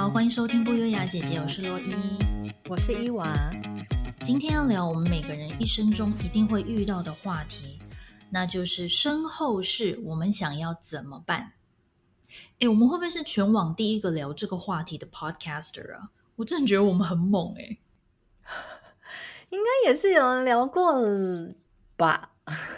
好，欢迎收听不优雅姐姐，我是洛伊， 我是伊娃。 今天要聊我们每个人一生中一定会遇到的话题，那就是身后事，我们想要怎么办？我们会不会是全网第一个聊这个话题的 podcaster 啊？我真的觉得我们很猛应该也是有人聊过了吧？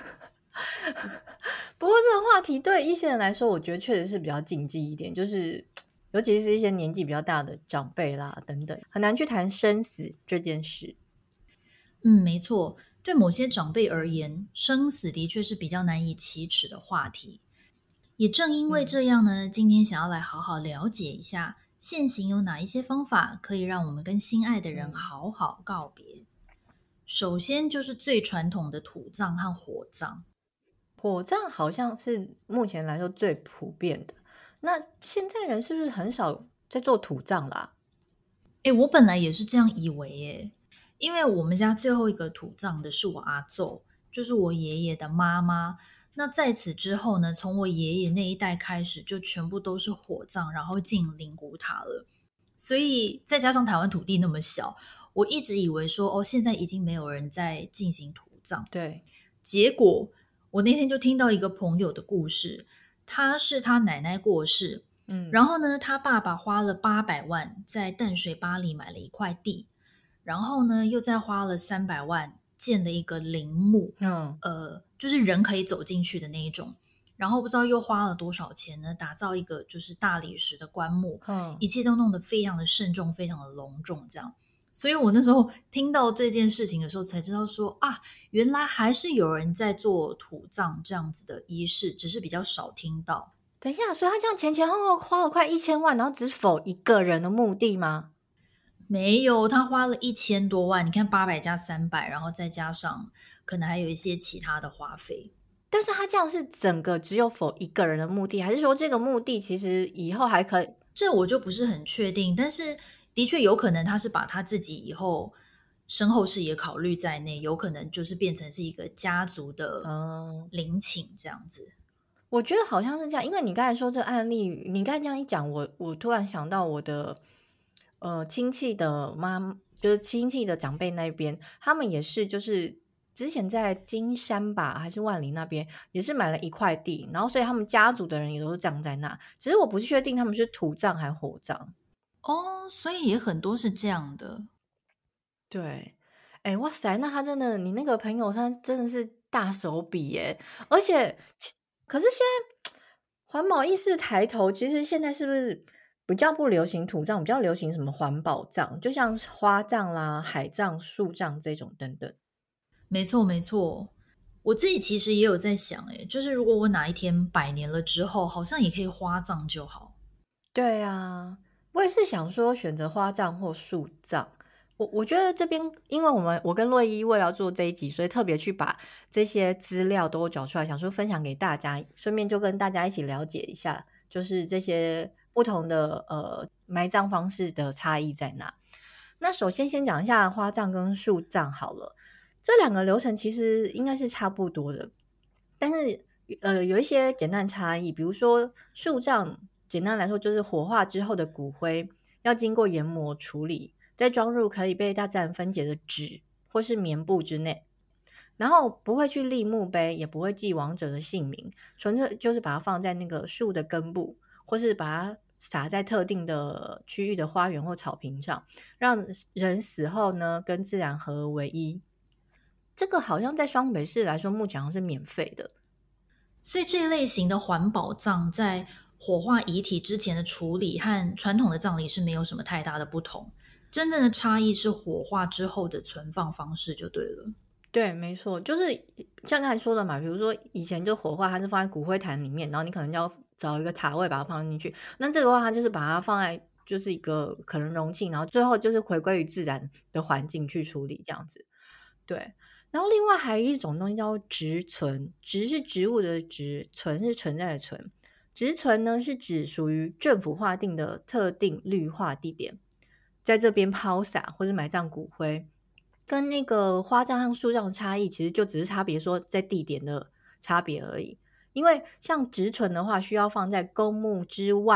不过这个话题对一些人来说，我觉得确实是比较禁忌一点，就是尤其是一些年纪比较大的长辈啦等等，很难去谈生死这件事。 没错，对某些长辈而言，生死的确是比较难以启齿的话题。也正因为这样呢，今天想要来好好了解一下，现行有哪一些方法可以让我们跟心爱的人好好告别。首先就是最传统的土葬和火葬。 火葬好像是目前来说最普遍的，那现在人是不是很少在做土葬啦？ 我本来也是这样以为耶，因为我们家最后一个土葬的是我阿祖，就是我爷爷的妈妈。那在此之后呢，从我爷爷那一代开始，就全部都是火葬，然后进灵骨塔了。所以再加上台湾土地那么小，我一直以为说，现在已经没有人在进行土葬。 对， 结果我那天就听到一个朋友的故事，他是他奶奶过世，然后呢，他爸爸花了800万在淡水巴黎买了一块地，然后呢，又再花了300万建了一个陵墓，就是人可以走进去的那一种。然后不知道又花了多少钱呢，打造一个就是大理石的棺木，一切都弄得非常的慎重，非常的隆重，这样。所以我那时候听到这件事情的时候，才知道说原来还是有人在做土葬这样子的仪式，只是比较少听到。 等一下，所以他这样前前后后花了快1000万，然后只否一个人的墓地吗？ 没有，他花了1000多万，你看800加300，然后再加上可能还有一些其他的花费。 但是他这样是整个只有否一个人的墓地，还是说这个墓地其实以后还可以？ 这我就不是很确定，但是的确有可能他是把他自己以后身后事也考虑在内，有可能就是变成是一个家族的陵寝这样子。 我觉得好像是这样，因为你刚才说这个案例，你刚才这样一讲，我突然想到我的亲戚的就是亲戚的长辈那边，他们也是就是之前在金山吧还是万里那边也是买了一块地，然后所以他们家族的人也都是葬在那，只是我不确定他们是土葬还是火葬。 所以也很多是这样的。 对，哇塞，那他真的，你那个朋友他真的是大手笔耶！而且，可是现在环保意识抬头，其实现在是不是比较不流行土葬，比较流行什么环保葬，就像花葬啦、海葬、树葬这种等等。 没错，没错。我自己其实也有在想，就是如果我哪一天100年了之后，好像也可以花葬就好。 对啊，我也是想说选择花葬或树葬。我觉得这边，因为我跟洛伊为了要做这一集，所以特别去把这些资料都找出来，想说分享给大家，顺便就跟大家一起了解一下，就是这些不同的埋葬方式的差异在哪。那首先讲一下花葬跟树葬好了，这两个流程其实应该是差不多的，但是有一些简单差异，比如说树葬，简单来说就是火化之后的骨灰要经过研磨处理，再装入可以被大自然分解的纸或是棉布之内，然后不会去立墓碑，也不会记亡者的姓名，纯粹就是把它放在那个树的根部，或是把它撒在特定的区域的花园或草坪上，让人死后呢跟自然合而为一。这个好像在双北市来说目前好像是免费的。 所以这一类型的环保葬在火化遗体之前的处理和传统的葬礼是没有什么太大的不同，真正的差异是火化之后的存放方式就对了。 对，没错，就是像刚才说的嘛，比如说以前就火化它是放在骨灰坛里面，然后你可能要找一个塔位把它放进去，那这个话它就是把它放在就是一个可能容器，然后最后就是回归于自然的环境去处理这样子。对，然后另外还有一种东西叫植存，植是植物的植，存是存在的存。植存呢是指属于政府划定的特定绿化地点，在这边抛洒或是埋葬骨灰，跟那个花葬和树葬的差异其实就只是差别说在地点的差别而已。因为像植存的话需要放在公墓之外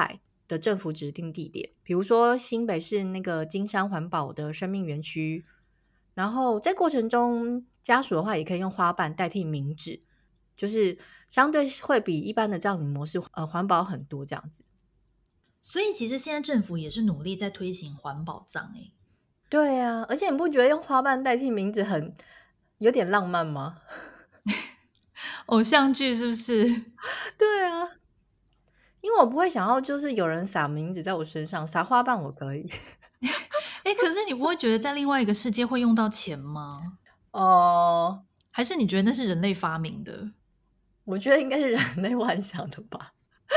的政府指定地点，比如说新北市那个金山环保的生命园区，然后在过程中家属的话也可以用花瓣代替冥纸，就是相对会比一般的葬礼模式环保很多这样子。 所以其实现在政府也是努力在推行环保葬欸。 对啊，而且你不觉得用花瓣代替名字有点浪漫吗？ 偶像剧是不是？ 对啊，因为我不会想要就是有人撒名字在我身上，撒花瓣我可以。 可是你不会觉得在另外一个世界会用到钱吗？ 哦， 还是你觉得那是人类发明的？ 我觉得应该是人类幻想的吧。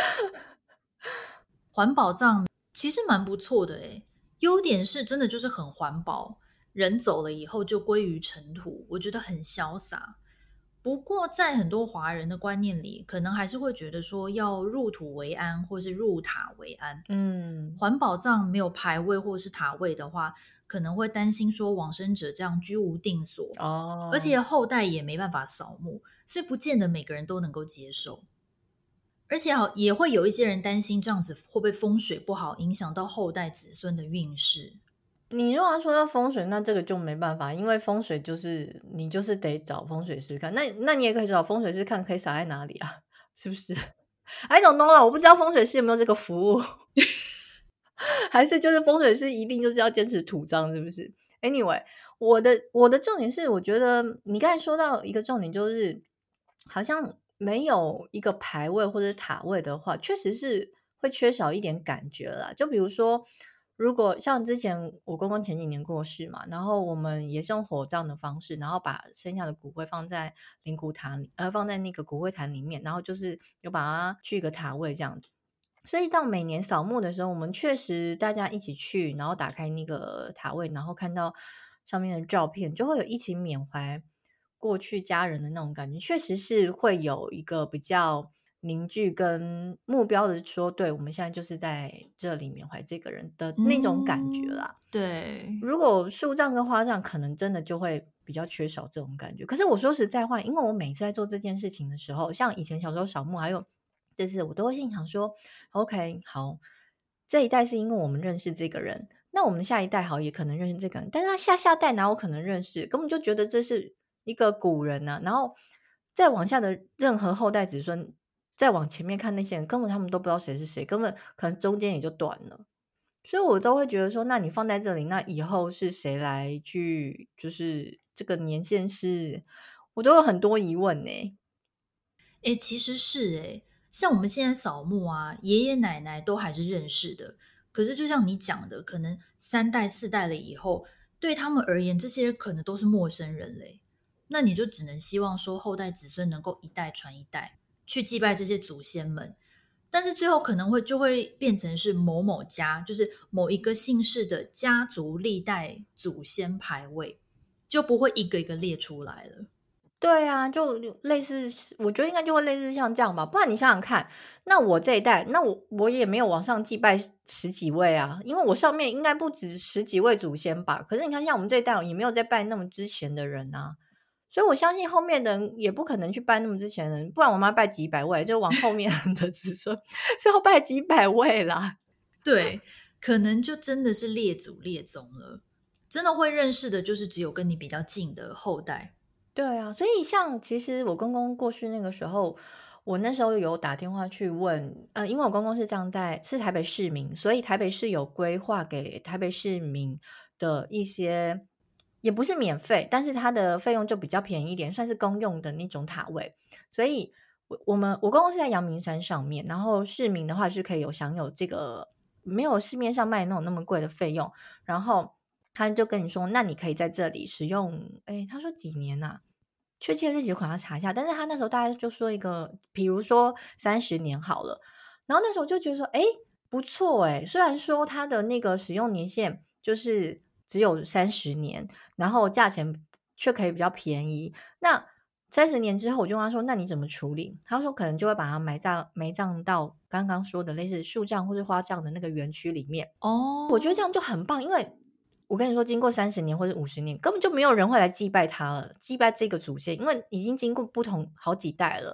环保葬其实蛮不错的欸，优点是真的就是很环保，人走了以后就归于尘土，我觉得很潇洒。不过在很多华人的观念里，可能还是会觉得说要入土为安或是入塔为安。环保葬没有牌位或是塔位的话，可能会担心说往生者这样居无定所，而且后代也没办法扫墓，所以不见得每个人都能够接受。而且也会有一些人担心这样子会不会风水不好，影响到后代子孙的运势。 你如果要说到风水，那这个就没办法，因为风水就是你就是得找风水师看。那你也可以找风水师看可以撒在哪里啊，是不是？I don't know 啦，我不知道风水师有没有这个服务，还是就是风水师一定就是要坚持土葬，是不是 ？Anyway，我的重点是，我觉得你刚才说到一个重点，就是好像没有一个牌位或者塔位的话，确实是会缺少一点感觉啦。就比如说，如果像之前我公公前几年过世嘛，然后我们也是用火葬的方式，然后把剩下的骨灰放在灵骨塔里，放在那个骨灰坛里面，然后就是有把它去一个塔位这样子。所以到每年扫墓的时候，我们确实大家一起去，然后打开那个塔位，然后看到上面的照片，就会有一起缅怀过去家人的那种感觉，确实是会有一个比较凝聚跟目标的说，对，我们现在就是在这里缅怀这个人的那种感觉啦。 对， 如果树葬跟花葬，可能真的就会比较缺少这种感觉。可是我说实在话，因为我每次在做这件事情的时候，像以前小时候扫墓，还有这次我都会心想说 OK 好，这一代是因为我们认识这个人，那我们下一代好也可能认识这个人，但是他下代哪有可能认识，根本就觉得这是一个古人啊，然后再往下的任何后代子孙再往前面看那些人，根本他们都不知道谁是谁，根本可能中间也就断了。所以我都会觉得说，那你放在这里，那以后是谁来去就是这个年限是我都有很多疑问呢。 其实是像我们现在扫墓啊，爷爷奶奶都还是认识的，可是就像你讲的，可能3代4代了以后，对他们而言，这些可能都是陌生人嘞。那你就只能希望说后代子孙能够一代传一代，去祭拜这些祖先们。但是最后可能就会变成是某某家，就是某一个姓氏的家族历代祖先牌位，就不会一个一个列出来了。 对啊，就类似，我觉得应该就会类似像这样吧。不然你想想看，那我这一代，那我也没有往上祭拜十几位啊，因为我上面应该不止十几位祖先吧。可是你看，像我们这一代也没有在拜那么之前的人啊，所以我相信后面的人也不可能去拜那么之前的人，不然我妈拜几百位，就往后面的子孙是要拜几百位啦。 对，可能就真的是列祖列宗了，真的会认识的就是只有跟你比较近的后代。 对啊，所以像其实我公公过世那个时候，我那时候有打电话去问，因为我公公是是台北市民，所以台北市有规划给台北市民的一些，也不是免费，但是它的费用就比较便宜一点，算是公用的那种塔位。所以我公公是在阳明山上面，然后市民的话是可以享有这个没有市面上卖那种那么贵的费用，然后他就跟你说，那你可以在这里使用，他说几年啊？确切日期我可能要查一下，但是他那时候大概就说一个，比如说30年好了，然后那时候就觉得说，不错虽然说它的那个使用年限就是只有30年，然后价钱却可以比较便宜。那30年之后，我就问他说，那你怎么处理？他说可能就会把它埋葬到刚刚说的类似树葬或是花葬的那个园区里面。我觉得这样就很棒，因为我跟你说，经过30年或者50年，根本就没有人会来祭拜他了，祭拜这个祖先，因为已经经过不同好几代了。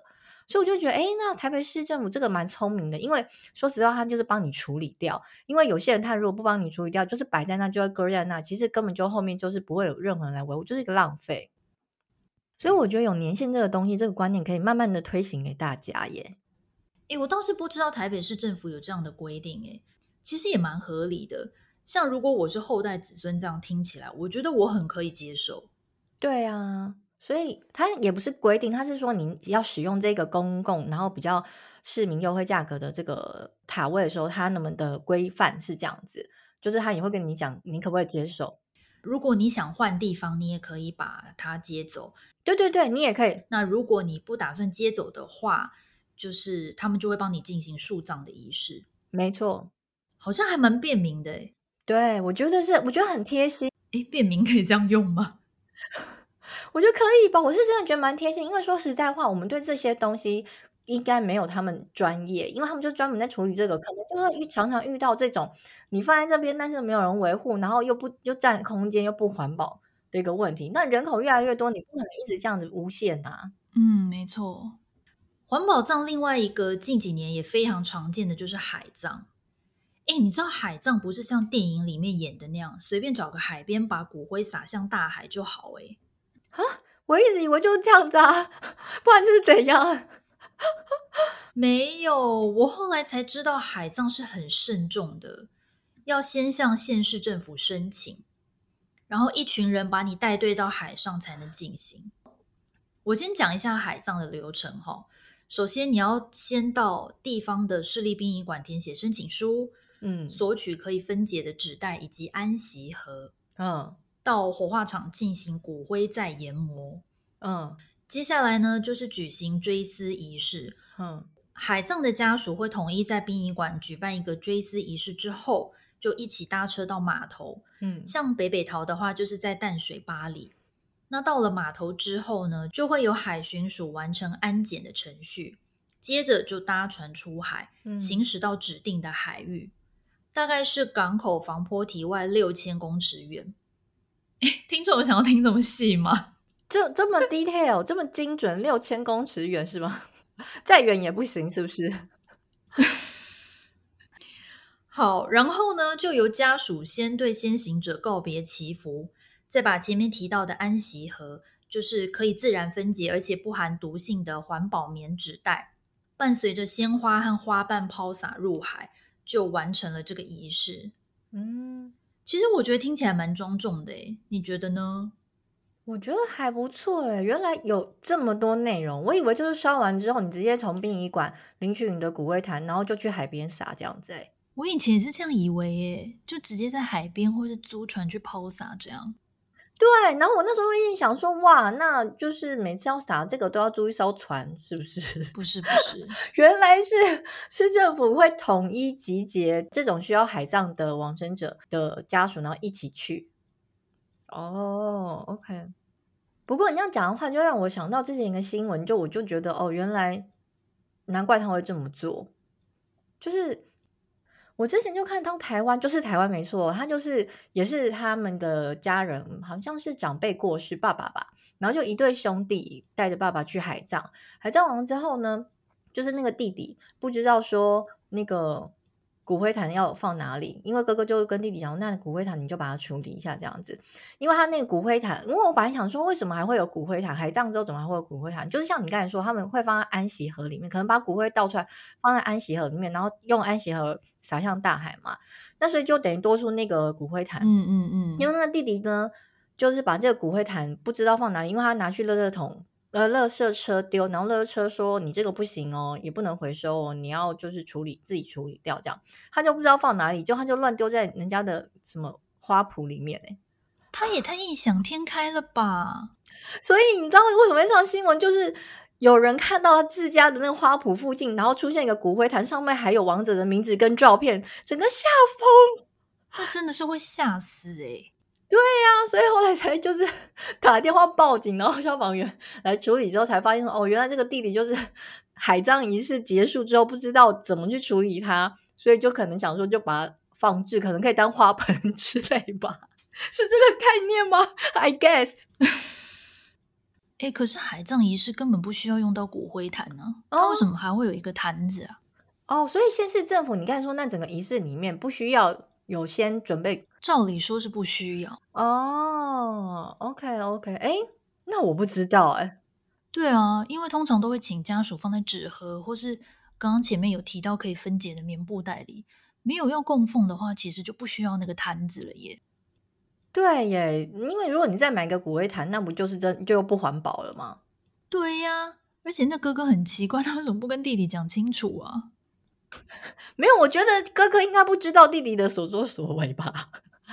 所以我就觉得那台北市政府这个蛮聪明的，因为说实话他就是帮你处理掉，因为有些人他如果不帮你处理掉，就是摆在那就会搁在那，其实根本就后面就是不会有任何人来维护，就是一个浪费。所以我觉得有年限这个东西，这个观念可以慢慢的推行给大家耶。 我倒是不知道台北市政府有这样的规定其实也蛮合理的。像如果我是后代子孙，这样听起来我觉得我很可以接受。 对啊，所以它也不是规定，它是说你要使用这个公共然后比较市民优惠价格的这个塔位的时候，他们的规范是这样子，就是他也会跟你讲你可不可以接受。 如果你想换地方，你也可以把它接走。 对对对，你也可以。 那如果你不打算接走的话，就是他们就会帮你进行树葬的仪式。 没错， 好像还蛮便民的对，我觉得很贴心。 便民可以这样用吗？ 我觉得可以吧，我是真的觉得蛮贴心，因为说实在话，我们对这些东西应该没有他们专业，因为他们就专门在处理这个，可能就会常常遇到这种你放在这边，但是没有人维护，然后又占空间又不环保的一个问题。那人口越来越多，你不可能一直这样子无限啊。 没错。环保葬另外一个近几年也非常常见的就是海葬。你知道海葬不是像电影里面演的那样，随便找个海边把骨灰撒向大海就好我一直以为就是这样子啊，不然就是怎样？ 没有，我后来才知道海葬是很慎重的，要先向县市政府申请，然后一群人把你带队到海上才能进行。我先讲一下海葬的流程哈。首先你要先到地方的市立殡仪馆填写申请书，索取可以分解的纸袋以及安息盒，到火化场进行骨灰再研磨，接下来呢就是举行追思仪式，海葬的家属会统一在殡仪馆举办一个追思仪式之后，就一起搭车到码头，像北桃的话就是在淡水八里。那到了码头之后呢，就会有海巡署完成安检的程序，接着就搭船出海，行驶到指定的海域，大概是港口防波堤外6000公尺远。听众有想要听这么细吗？ 这么 detail 这么精准，6000公尺远是吗？再远也不行是不是？ 好，然后呢就由家属先对先行者告别祈福，再把前面提到的安息盒，就是可以自然分解而且不含毒性的环保棉纸袋，伴随着鲜花和花瓣抛洒入海，就完成了这个仪式。其实我觉得听起来蛮庄重的你觉得呢？ 我觉得还不错原来有这么多内容，我以为就是烧完之后你直接从殡仪馆领取你的骨灰坛，然后就去海边撒这样子我以前也是这样以为就直接在海边或是租船去抛洒这样。 对，然后我那时候一想说，哇，那就是每次要撒这个都要租一艘船，是不是？ 不是原来是市政府会统一集结这种需要海葬的往生者的家属，然后一起去。OK。不过你这样讲的话，就让我想到之前一个新闻，我就觉得原来难怪他会这么做，就是我之前就看到台湾，就是台湾没错，他就是也是他们的家人，好像是长辈过世，爸爸吧，然后就一对兄弟带着爸爸去海葬，海葬完之后呢，就是那个弟弟不知道说那个骨灰坛要放哪里，因为哥哥就跟弟弟讲，那骨灰坛你就把它处理一下这样子，因为他那个骨灰坛，因为我本来想说为什么还会有骨灰坛，海葬之后怎么还会有骨灰坛，就是像你刚才说他们会放在安息盒里面，可能把骨灰倒出来放在安息盒里面，然后用安息盒撒向大海嘛，那所以就等于多出那个骨灰坛。因为那个弟弟呢就是把这个骨灰坛不知道放哪里，因为他拿去垃圾车丢，然后垃圾车说你这个不行也不能回收你要就是自己处理掉这样，他就不知道放哪里，他就乱丢在人家的什么花圃里面他也太异想天开了吧。 所以你知道为什么会上新闻，就是有人看到自家的那个花圃附近，然后出现一个骨灰坛，上面还有亡者的名字跟照片，整个吓疯， 那真的是会吓死对呀，所以后来才就是打电话报警，然后消防员来处理之后才发现原来这个弟弟就是海葬仪式结束之后不知道怎么去处理它，所以就可能想说就把它放置，可能可以当花盆之类吧，是这个概念吗？ I guess 可是海葬仪式根本不需要用到骨灰坛呢，它为什么还会有一个坛子啊？ 所以县市政府你刚才说那整个仪式里面不需要有先准备？ 照理说是不需要。 OK， 那我不知道对啊，因为通常都会请家属放在纸盒，或是刚刚前面有提到可以分解的棉布袋里。没有要供奉的话，其实就不需要那个坛子了耶。 对耶，因为如果你再买个骨灰坛，那不就是就不环保了吗？ 对呀，而且那哥哥很奇怪，他为什么不跟弟弟讲清楚啊？ 没有，我觉得哥哥应该不知道弟弟的所作所为吧。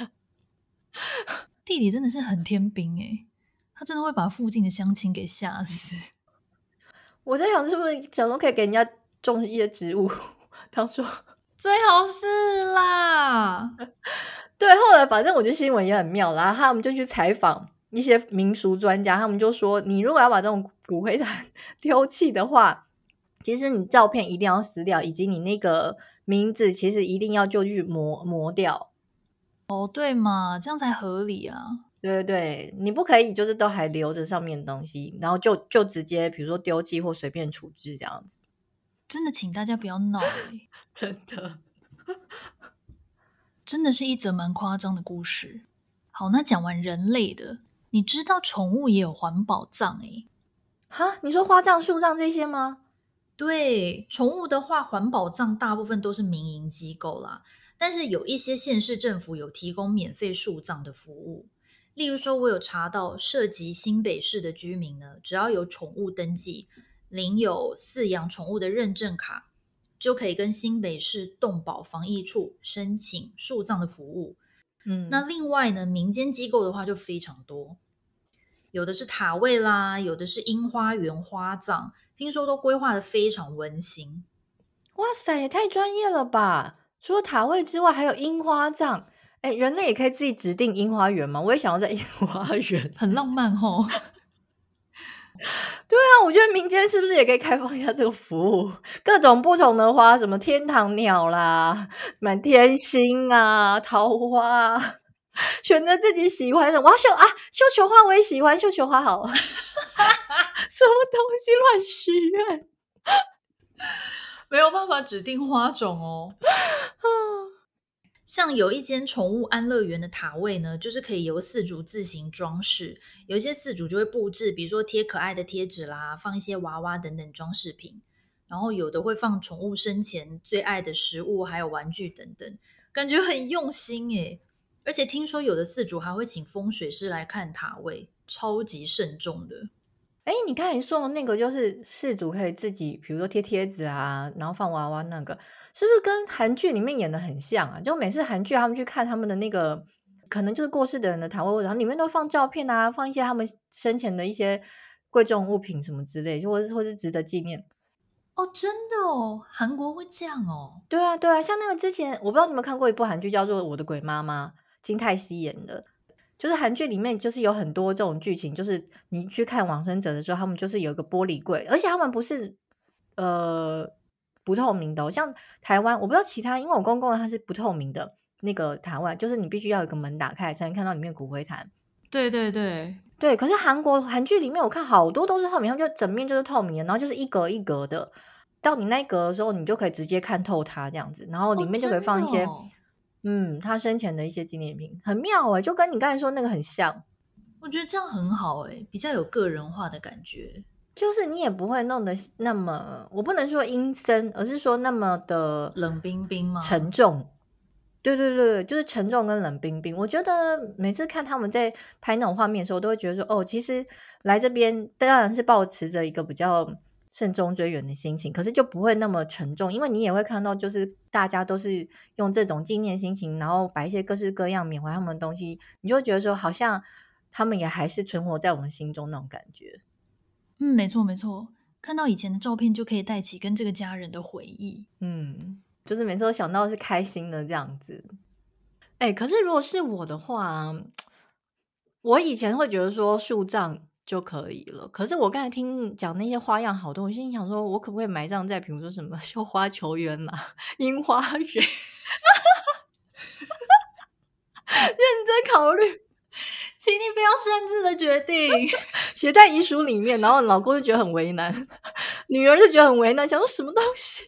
弟弟真的是很天兵他真的会把附近的乡亲给吓死。 我在想是不是想说可以给人家种一些植物当做最好是啦。 对，后来反正我觉得新闻也很妙啦，他们就去采访一些民俗专家，他们就说你如果要把这种骨灰坛丢弃的话，其实你照片一定要撕掉，以及你那个名字其实一定要就去磨掉。 对嘛，这样才合理啊。 对对对，你不可以就是都还留着上面的东西，然后就直接比如说丢弃或随便处置这样子。 真的请大家不要闹真的真的是一则蛮夸张的故事。好，那讲完人类的，你知道宠物也有环保葬哈，你说花葬树葬这些吗？ 对，宠物的话，环保葬大部分都是民营机构啦，但是有一些县市政府有提供免费树葬的服务。例如说，我有查到涉及新北市的居民呢，只要有宠物登记，领有饲养宠物的认证卡，就可以跟新北市动保防疫处申请树葬的服务。那另外呢，民间机构的话就非常多，有的是塔位啦，有的是樱花园花葬，听说都规划的非常温馨。 哇塞，也太专业了吧！除了塔位之外，还有樱花葬。人类也可以自己指定樱花园吗？我也想要在樱花园， 很浪漫哦。 对啊，我觉得民间是不是也可以开放一下这个服务？各种不同的花，什么天堂鸟啦、满天星啊、桃花啊，选择自己喜欢的。我要绣球花，我也喜欢绣球花好。什么东西乱许愿？ 没有办法指定花种哦。像有一间宠物安乐园的塔位呢，就是可以由饲主自行装饰，有一些饲主就会布置，比如说贴可爱的贴纸啦，放一些娃娃等等装饰品，然后有的会放宠物生前最爱的食物还有玩具等等，感觉很用心耶。而且听说有的饲主还会请风水师来看塔位，超级慎重的。 你刚才说的那个就是饲主可以自己比如说贴贴纸啊，然后放娃娃，那个是不是跟韩剧里面演的很像啊？就每次韩剧他们去看他们的那个可能就是过世的人的塔位，然后里面都放照片啊，放一些他们生前的一些贵重物品什么之类，或是值得纪念。 真的哦，韩国会这样哦。 对啊对啊，像那个之前我不知道你有没有看过一部韩剧叫做《我的鬼妈妈》，金泰熙演的。就是韩剧里面就是有很多这种剧情，就是你去看往生者的时候，他们就是有一个玻璃柜，而且他们不是不透明的像台湾我不知道其他，因为我公公他是不透明的那个塔位，就是你必须要有一个门打开才能看到里面骨灰坛。 对对对对，可是韩剧里面我看好多都是透明，他们就整面就是透明的，然后就是一格一格的，到你那一格的时候，你就可以直接看透它这样子，然后里面就可以放一些他生前的一些纪念品，很妙就跟你刚才说那个很像。 我觉得这样很好比较有个人化的感觉， 就是你也不会弄得那么，我不能说阴森，而是说那么的冷冰冰吗？ 沉重。对对对，就是沉重跟冷冰冰。我觉得每次看他们在拍那种画面的时候，都会觉得说其实来这边当然是抱持着一个比较慎终追远的心情，可是就不会那么沉重，因为你也会看到就是大家都是用这种纪念心情，然后摆一些各式各样缅怀他们的东西，你就会觉得说好像他们也还是存活在我们心中那种感觉。 没错没错，看到以前的照片就可以带起跟这个家人的回忆。 就是每次都想到是开心的这样子。可是如果是我的话，我以前会觉得说树葬就可以了，可是我刚才听你讲那些花样好多，我心里想说我可不可以埋葬在比如说什么绣花球园啦、樱花园认真考虑， 请你不要擅自的决定， 写在遗书里面，然后老公就觉得很为难，女儿就觉得很为难，想说什么东西，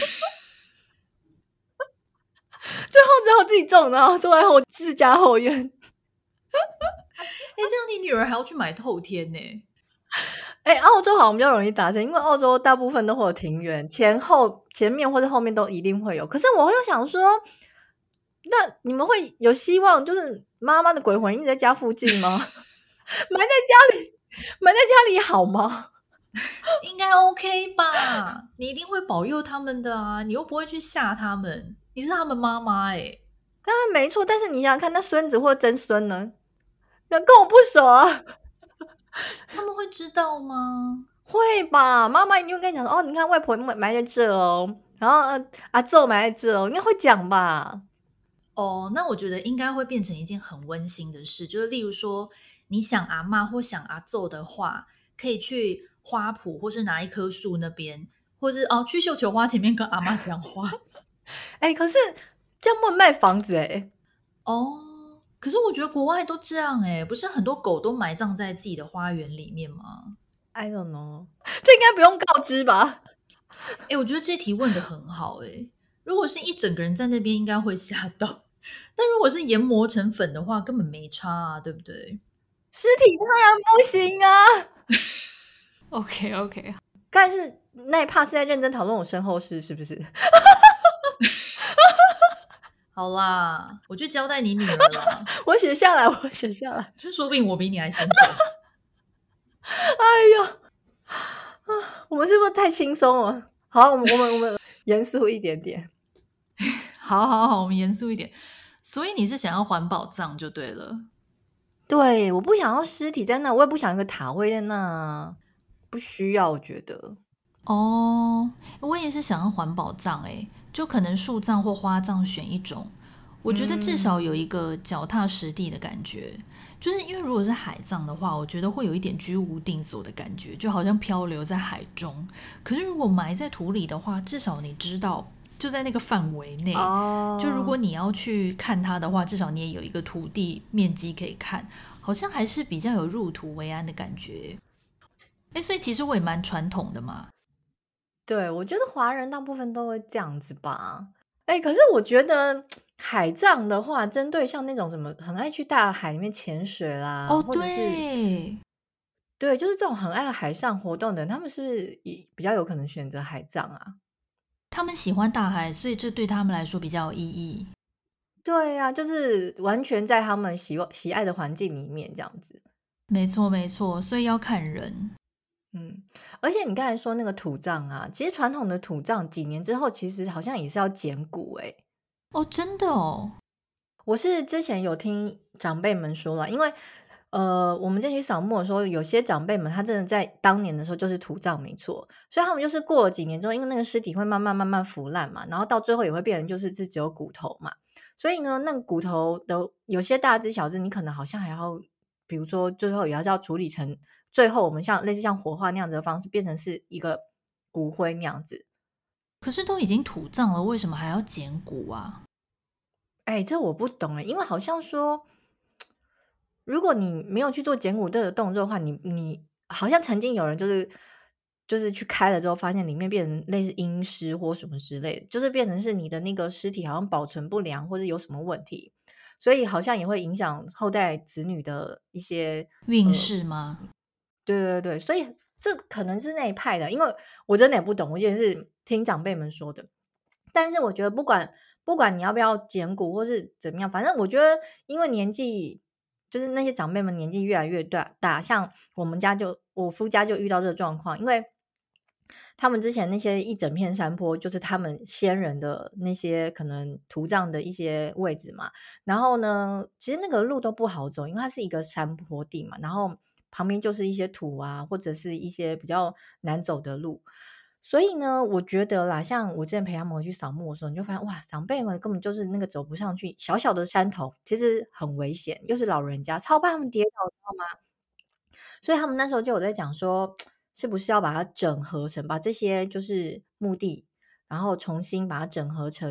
最后只好自己种，然后坐在自家后院。 这样你女儿还要去买透天呢？ 澳洲好像比较容易达成，因为澳洲大部分都会有庭园，前面或者后面都一定会有。可是我又想说，那你们会有希望，就是妈妈的鬼魂一直在家附近吗？埋在家里好吗？ 应该 OK 吧？你一定会保佑他们的啊！你又不会去吓他们，你是他们妈妈当然没错，但是你想想看，那孙子或曾孙呢？跟我不熟啊。 他们会知道吗？ 会吧，妈妈一定会跟你讲说，哦，你看外婆埋在这哦，然后阿祖埋在这哦，应该会讲吧。 哦，那我觉得应该会变成一件很温馨的事，就是例如说，你想阿嬷或想阿祖的话，可以去花圃或是哪一棵树那边，或是去绣球花前面跟阿嬷讲话。 可是这样不能卖房子哦，可是我觉得国外都这样不是很多狗都埋葬在自己的花园里面吗？ I don't know， 这应该不用告知吧？ 我觉得这题问得很好如果是一整个人在那边，应该会吓到。但如果是研磨成粉的话，根本没差啊，对不对？ 尸体当然不行啊。 OK， 刚才是那一 part 是在认真讨论我身后事，是不是？ 好啦，我就交代你女儿了。 我写下来， 就说不定我比你还先走。 哎呀，我们是不是太轻松了？好，我们严肃一点点。 好，我们严肃一点。所以你是想要环保葬就对了。 对，我不想要尸体在那，我也不想一个塔位在那，不需要，我觉得。 哦，我也是想要环保葬就可能树葬或花葬选一种。我觉得至少有一个脚踏实地的感觉，就是因为如果是海葬的话，我觉得会有一点居无定所的感觉，就好像漂流在海中。可是如果埋在土里的话，至少你知道就在那个范围内就如果你要去看它的话，至少你也有一个土地面积可以看，好像还是比较有入土为安的感觉。所以其实我也蛮传统的嘛。 对，我觉得华人大部分都会这样子吧。可是我觉得海葬的话，针对像那种什么很爱去大海里面潜水啦，或者是对，就是这种很爱海上活动的人，他们是不是也比较有可能选择海葬啊？ 他们喜欢大海，所以这对他们来说比较有意义。 对啊，就是完全在他们喜爱的环境里面这样子。 没错，所以要看人。 而且你刚才说那个土葬啊，其实传统的土葬几年之后，其实好像也是要捡骨真的哦。 我是之前有听长辈们说了，因为我们进去扫墓的时候，有些长辈们他真的在当年的时候就是土葬没错，所以他们就是过了几年之后，因为那个尸体会慢慢腐烂嘛，然后到最后也会变成就是只有骨头嘛，所以呢，那个骨头的有些大只小只，你可能好像还要，比如说最后也要处理成最后我们类似像火化那样子的方式，变成是一个骨灰那样子。 可是都已经土葬了，为什么还要捡骨啊？ 这我不懂因为好像说，如果你没有去做捡骨这个动作的话，你好像曾经有人就是去开了之后，发现里面变成类似阴尸或什么之类的，就是变成是你的那个尸体好像保存不良或者有什么问题，所以好像也会影响后代子女的一些运势吗？ 对，所以这可能是那一派的，因为我真的也不懂，我也是听长辈们说的。但是我觉得不管你要不要捡骨或是怎么样，反正我觉得因为年纪就是那些长辈们年纪越来越大，像我夫家就遇到这个状况，因为他们之前那些一整片山坡就是他们先人的那些可能土葬的一些位置嘛，然后呢其实那个路都不好走，因为它是一个山坡地嘛，然后旁边就是一些土啊或者是一些比较难走的路，所以呢我觉得啦，像我之前陪他们回去扫墓的时候，你就发现哇，长辈们根本就是那个走不上去，小小的山头其实很危险，又是老人家超怕他们跌倒，知道吗？所以他们那时候就有在讲说，是不是要把它整合成，把这些就是墓地，然后重新把它整合成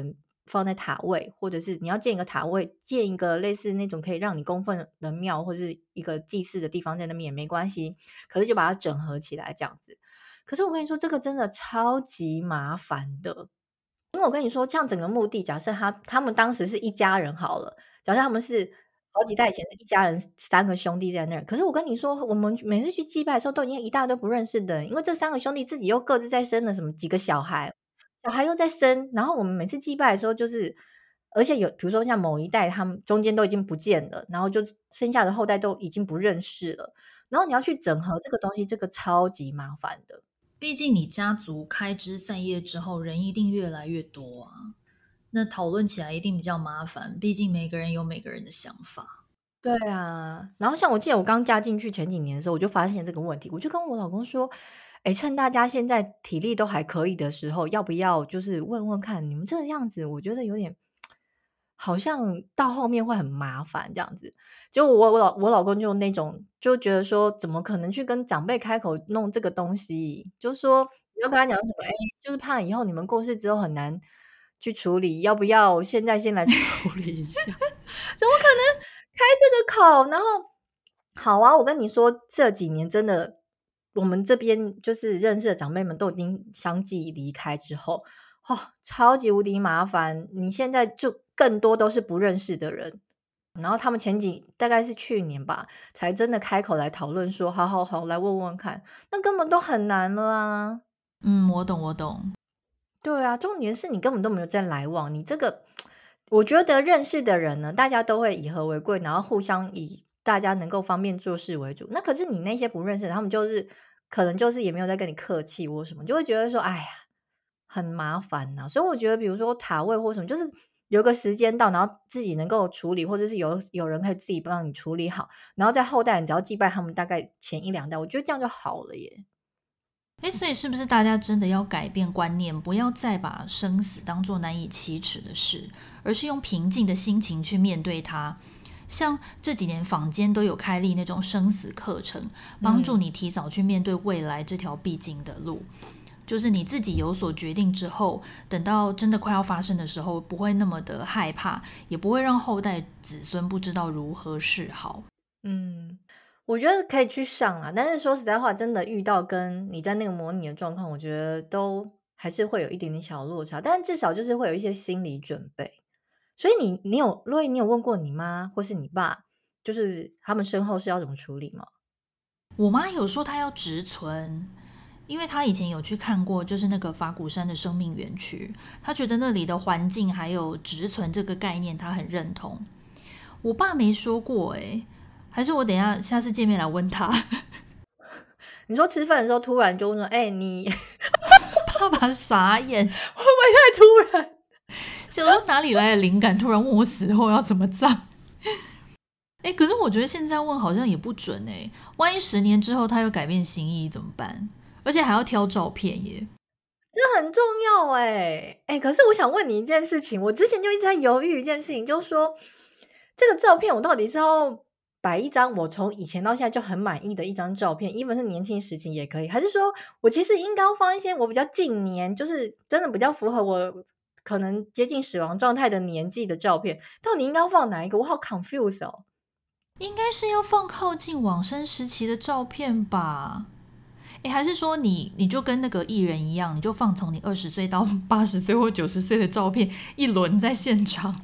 放在塔位，或者是你要建一个塔位，建一个类似那种可以让你供奉的庙，或者是一个祭祀的地方在那边也没关系，可是就把它整合起来这样子。可是我跟你说，这个真的超级麻烦的。因为我跟你说，像整个墓地，假设他们当时是一家人好了，假设他们是好几代以前是一家人，3个兄弟在那儿。可是我跟你说，我们每次去祭拜的时候，都已经一大堆不认识的人，因为这3个兄弟自己又各自在生了什么几个小孩，小孩又在生，然后我们每次祭拜的时候，就是而且有比如说像某一代，他们中间都已经不见了，然后就剩下的后代都已经不认识了，然后你要去整合这个东西，这个超级麻烦的。 毕竟你家族开枝散叶之后，人一定越来越多啊，那讨论起来一定比较麻烦，毕竟每个人有每个人的想法。 对啊，然后像我记得我刚嫁进去前几年的时候，我就发现这个问题，我就跟我老公说，趁大家现在体力都还可以的时候，要不要就是问问看，你们这个样子，我觉得有点好像到后面会很麻烦这样子。结果我老公就那种就觉得说，怎么可能去跟长辈开口弄这个东西？就是说你要跟他讲什么，就是怕以后你们过世之后很难去处理，要不要现在先来处理一下？怎么可能开这个口？然后好啊，我跟你说，这几年真的，我们这边就是认识的长辈们都已经相继离开之后，超级无敌麻烦。你现在就更多都是不认识的人，然后他们大概是去年吧，才真的开口来讨论说，好，来问问看，那根本都很难了啊。 我懂。 对啊，重点是你根本都没有在来往，你这个我觉得认识的人呢，大家都会以和为贵，然后互相以大家能够方便做事为主。那可是你那些不认识的，他们就是可能就是也没有在跟你客气或什么，就会觉得说，哎呀，很麻烦呐。所以我觉得，比如说塔位或什么，就是有个时间到，然后自己能够处理，或者是有人可以自己帮你处理好，然后在后代你只要祭拜他们大概前1-2代，我觉得这样就好了耶。 所以是不是大家真的要改变观念，不要再把生死当作难以启齿的事，而是用平静的心情去面对它？像这几年坊间都有开立那种生死课程，帮助你提早去面对未来这条必经的路。就是你自己有所决定之后，等到真的快要发生的时候，不会那么的害怕，也不会让后代子孙不知道如何是好。 我觉得可以去上啦，但是说实在话，真的遇到跟你在那个模拟的状况，我觉得都还是会有一点点小落差，但是至少就是会有一些心理准备。所以洛伊，你有问过你妈或是你爸，就是他们身后是要怎么处理吗？ 我妈有说她要植存，因为她以前有去看过，就是那个法鼓山的生命园区，她觉得那里的环境还有植存这个概念，她很认同。我爸没说过还是我等一下次见面来问他。 你说吃饭的时候突然就问说，你爸爸傻眼，会不会太突然？ 想说哪里来的灵感，突然问我死后要怎么葬？可是我觉得现在问好像也不准万一10年之后他又改变心意怎么办？而且还要挑照片耶， 这很重要可是我想问你一件事情，我之前就一直在犹豫一件事情，就是说这个照片我到底是要摆一张我从以前到现在就很满意的一张照片，even是年轻时期也可以，还是说我其实应该要放一些我比较近年，就是真的比较符合我可能接近死亡状态的年纪的照片，到底应该要放哪一个？我好 confuse 哦。 应该是要放靠近往生时期的照片吧？还是说你就跟那个艺人一样，你就放从你20岁到80岁或90岁的照片一轮在现场？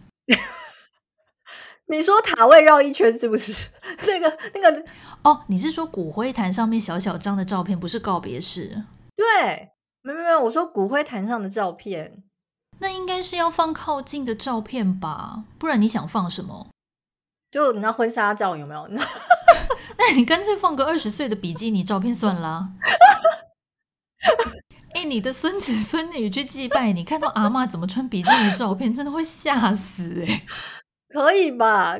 你说塔位绕一圈是不是？那个哦，你是说骨灰坛上面小小张的照片，不是告别式？ 对，没有，我说骨灰坛上的照片。 那应该是要放靠近的照片吧？不然你想放什么？ 就你那婚纱照有没有？ 那你干脆放个20岁的比基尼照片算啦。你的孙子孙女去祭拜，你看到阿嬷怎么穿比基尼照片，真的会吓死可以吧？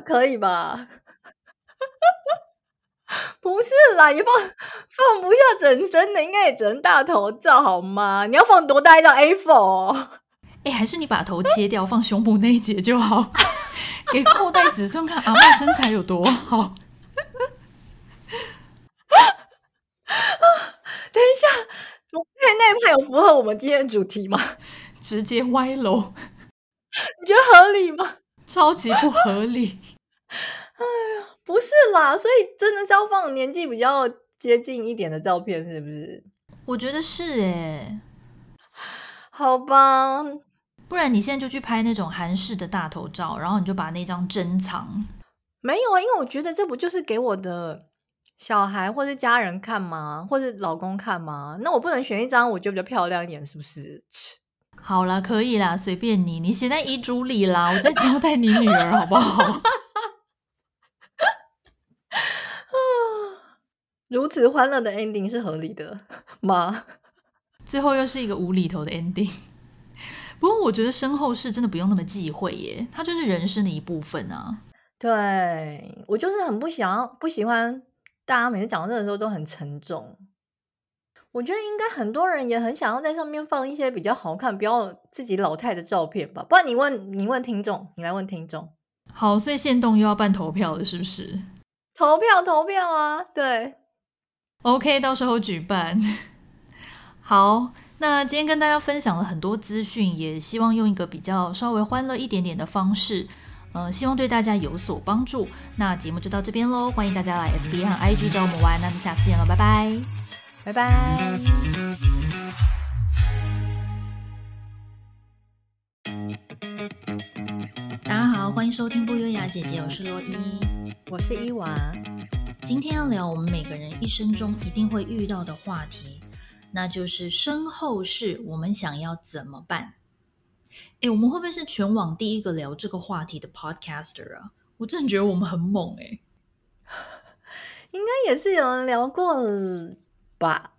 不是啦，也放不下整身的，应该也只能大头照好吗？你要放多大一张 A4？ 还是你把头切掉，放胸部那一节就好，给后代子孙看阿嬷身材有多好。 等一下，那一派有符合我们今天的主题吗？ 直接歪楼。 你觉得合理吗？ 超级不合理。 不是啦，所以真的是要放年纪比较接近一点的照片，是不是？ 我觉得是耶， 好吧， 不然你现在就去拍那种韩式的大头照，然后你就把那张珍藏。 没有啊，因为我觉得这不就是给我的小孩或是家人看吗？或是老公看吗？那我不能选一张我觉得比较漂亮一点，是不是？ 好啦，可以啦，随便你，你写在遗嘱里啦，我再交代你女儿好不好？ 如此欢乐的 ending 是合理的吗？ 最后又是一个无厘头的 ending。不过我觉得身后事真的不用那么忌讳耶，它就是人生的一部分啊。 对，我就是很不喜欢大家每次讲到这个的时候都很沉重。我觉得应该很多人也很想要在上面放一些比较好看、不要自己老态的照片吧。不然你问听众，你来问听众。 好，所以限动又要办投票了，是不是投票啊！对， ？OK，到时候举办。好，那今天跟大家分享了很多资讯，也希望用一个比较稍微欢乐一点点的方式，希望对大家有所帮助。那节目就到这边咯，欢迎大家来 FB 和 IG 找我们玩，那就下次见了，拜拜， 拜拜。 大家好，欢迎收听不优雅姐姐，我是洛伊， 我是伊娃。 今天要聊我们每个人一生中一定会遇到的话题，那就是身后事，我们想要怎么办？我们会不会是全网第一个聊这个话题的 podcaster 啊？我真的觉得我们很猛应该也是有人聊过了吧。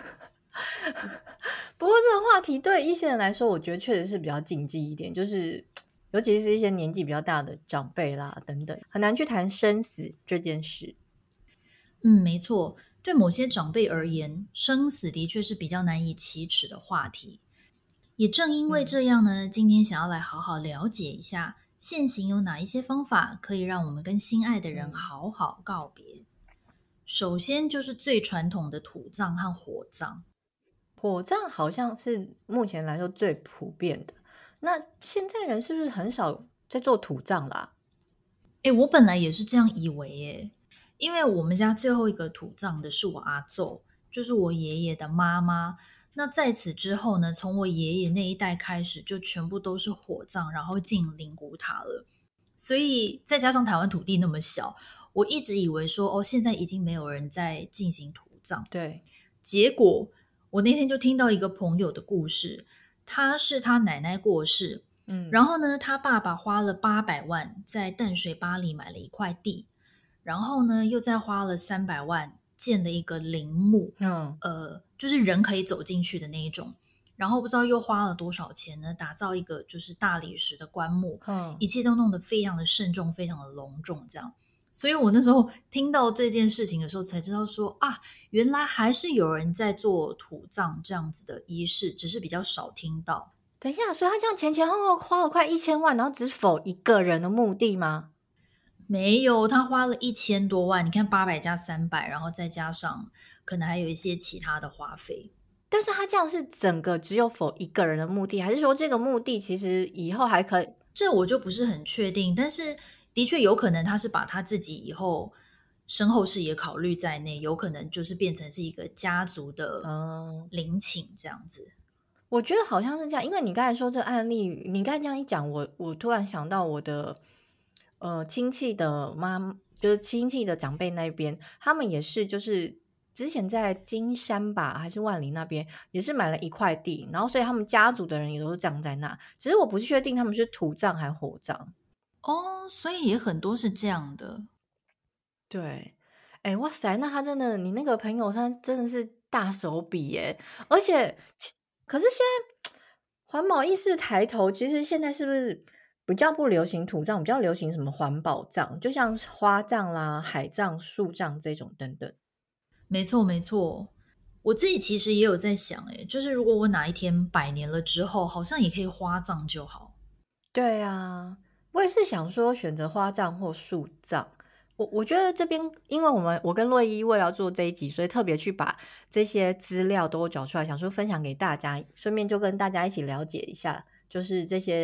不过这个话题对一些人来说，我觉得确实是比较禁忌一点，就是尤其是一些年纪比较大的长辈啦等等，很难去谈生死这件事。 没错，对某些长辈而言，生死的确是比较难以启齿的话题。也正因为这样呢，今天想要来好好了解一下，现行有哪一些方法可以让我们跟心爱的人好好告别。首先就是最传统的土葬和火葬。 火葬好像是目前来说最普遍的，那现在人是不是很少在做土葬啦？ 我本来也是这样以为耶，因为我们家最后一个土葬的是我阿祖，就是我爷爷的妈妈。那在此之后呢，从我爷爷那一代开始，就全部都是火葬，然后进灵骨塔了。所以再加上台湾土地那么小，我一直以为说，现在已经没有人在进行土葬。 对， 结果我那天就听到一个朋友的故事，他是他奶奶过世，然后呢，他爸爸花了800万在淡水巴黎买了一块地，然后呢，又再花了300万建了一个陵墓，就是人可以走进去的那一种。然后不知道又花了多少钱呢，打造一个就是大理石的棺木，一切都弄得非常的慎重，非常的隆重，这样。所以我那时候听到这件事情的时候，才知道说原来还是有人在做土葬这样子的仪式，只是比较少听到。 等一下，所以他这样前后后花了快1000万，然后只否一个人的墓地吗？ 没有，他花了1000多万，你看800加300，然后再加上可能还有一些其他的花费。 但是他这样是整个只有否一个人的墓地，还是说这个墓地其实以后还可以？ 这我就不是很确定，但是的确有可能他是把他自己以后身后事也考虑在内，有可能就是变成是一个家族的陵寝这样子。 我觉得好像是这样，因为你刚才说这个案例，你刚才这样一讲，我突然想到我的亲戚的就是亲戚的长辈那边，他们也是就是之前在金山吧还是万里那边也是买了一块地，然后所以他们家族的人也都是葬在那，只是我不确定他们是土葬还是火葬。 所以也很多是这样的。 对，哇塞，那他真的，你那个朋友他真的是大手笔耶！而且，可是现在环保意识抬头，其实现在是不是比较不流行土葬，比较流行什么环保葬，就像花葬啦、海葬、树葬这种等等。 没错，没错。我自己其实也有在想，就是如果我哪一天100年了之后，好像也可以花葬就好。 对啊，我也是想说选择花葬或树葬。我觉得这边，因为我跟洛伊为了要做这一集，所以特别去把这些资料都找出来，想说分享给大家，顺便就跟大家一起了解一下，就是这些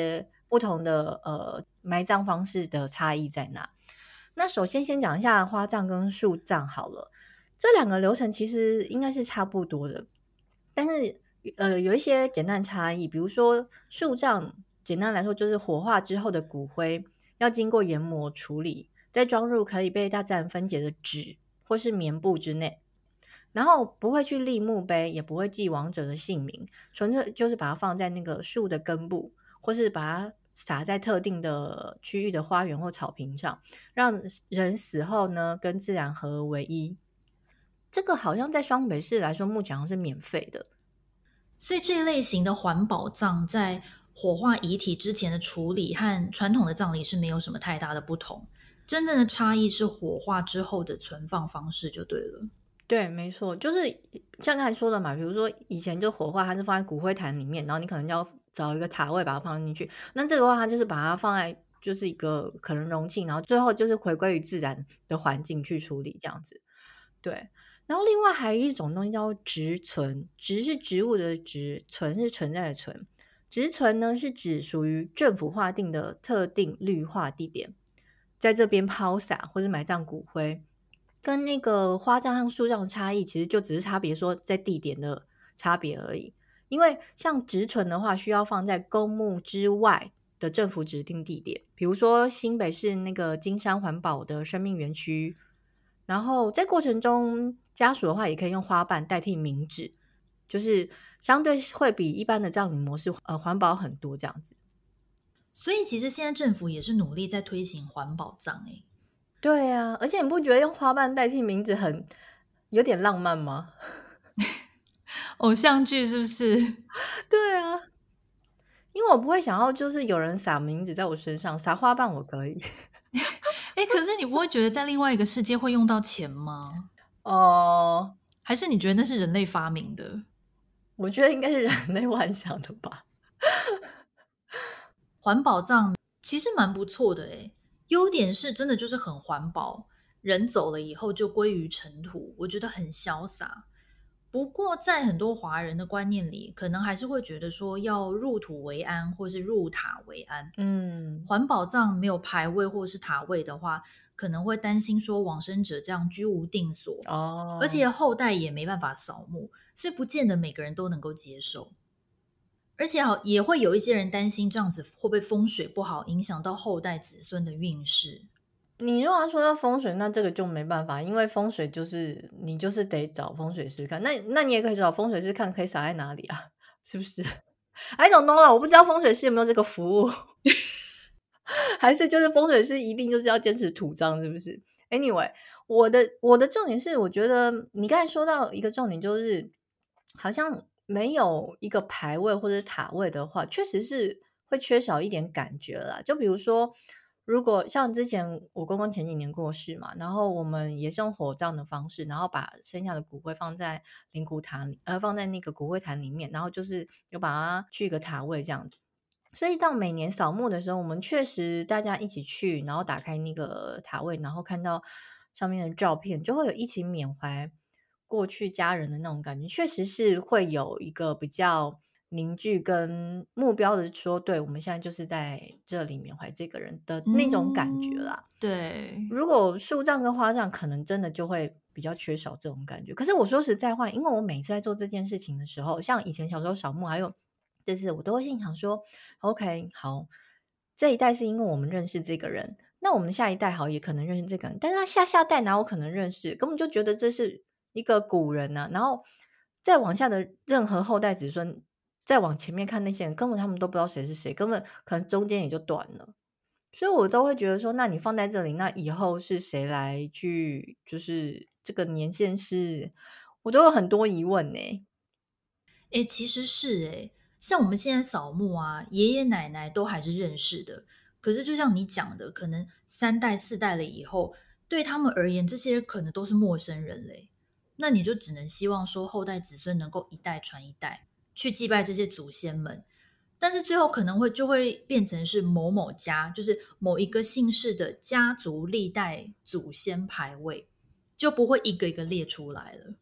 不同的埋葬方式的差异在哪。那首先先讲一下花葬跟树葬好了，这两个流程其实应该是差不多的，但是有一些简单差异。比如说树葬简单来说就是火化之后的骨灰要经过研磨处理，再装入可以被大自然分解的纸或是棉布之内，然后不会去立墓碑，也不会记亡者的姓名，纯粹就是把它放在那个树的根部，或是把它撒在特定的区域的花园或草坪上，让人死后呢跟自然合而为一。这个好像在双北市来说目前好像是免费的。 所以这一类型的环保葬在火化遗体之前的处理和传统的葬礼是没有什么太大的不同，真正的差异是火化之后的存放方式就对了。 对，没错，就是像刚才说的嘛，比如说以前就火化它是放在骨灰坛里面，然后你可能要找一个塔位把它放进去，那这个的话它就是把它放在就是一个可能容器，然后最后就是回归于自然的环境去处理这样子。对，然后另外还有一种东西叫植存，植是植物的植，存是存在的存。植存呢是指属于政府划定的特定绿化地点，在这边抛洒或是埋葬骨灰，跟那个花葬和树葬的差异其实就只是差别说在地点的差别而已。因为像植存的话需要放在公墓之外的政府指定地点，比如说新北市那个金山环保的生命园区，然后在过程中家属的话也可以用花瓣代替冥纸，就是相对会比一般的葬礼模式环保很多这样子。 所以其实现在政府也是努力在推行环保葬欸。 对啊，而且你不觉得用花瓣代替名字有点浪漫吗？ 偶像剧是不是？ 对啊，因为我不会想要就是有人撒名字在我身上，撒花瓣我可以。 可是你不会觉得在另外一个世界会用到钱吗？ 哦， 还是你觉得那是人类发明的？ 我觉得应该是人类幻想的吧。 环保葬其实蛮不错的诶，优点是真的就是很环保，人走了以后就归于尘土，我觉得很潇洒。不过在很多华人的观念里，可能还是会觉得说要入土为安，或是入塔为安。 嗯， 环保葬没有牌位或是塔位的话，可能会担心说往生者这样居无定所，而哦， 且后代也没办法扫墓，所以不见得每个人都能够接受。而且也会有一些人担心这样子会不会风水不好，影响到后代子孙的运势。 你如果要说到风水，那这个就没办法，因为风水就是你就是得找风水师看。那你也可以找风水师看，可以撒在哪里啊？是不是？I don't know 啦，我不知道风水师有没有这个服务。还是就是风水师一定就是要坚持土葬，是不是 ？Anyway，我的重点是，我觉得你刚才说到一个重点，就是好像没有一个牌位或者塔位的话，确实是会缺少一点感觉啦。就比如说，如果像之前我公公前几年过世嘛，然后我们也是用火葬的方式，然后把剩下的骨灰放在灵骨塔里，放在那个骨灰坛里面，然后就是有把它去一个塔位这样子。所以到每年扫墓的时候，我们确实大家一起去，然后打开那个塔位，然后看到上面的照片，就会有一起缅怀过去家人的那种感觉，确实是会有一个比较凝聚跟目标的说，对，我们现在就是在这里缅怀这个人的那种感觉嗯， 啦。 对。 如果树葬跟花葬，可能真的就会比较缺少这种感觉。可是我说实在话，因为我每次在做这件事情的时候，像以前小时候扫墓，还有这次我都会心想说，OK，好，这一代是因为我们认识这个人，那我们下一代好也可能认识这个人，但是他下下代哪有可能认识？根本就觉得这是一个古人呢、然后再往下的任何后代子孙，再往前面看那些人，根本他们都不知道谁是谁，根本可能中间也就断了。所以我都会觉得说，那你放在这里，那以后是谁来去，就是这个年限是，我都有很多疑问呢。 其实是像我们现在扫墓啊，爷爷奶奶都还是认识的。可是就像你讲的，可能三代四代了以后，对他们而言，这些可能都是陌生人嘞。那你就只能希望说后代子孙能够一代传一代，去祭拜这些祖先们。但是最后可能就会变成是某某家，就是某一个姓氏的家族历代祖先牌位，就不会一个一个列出来了。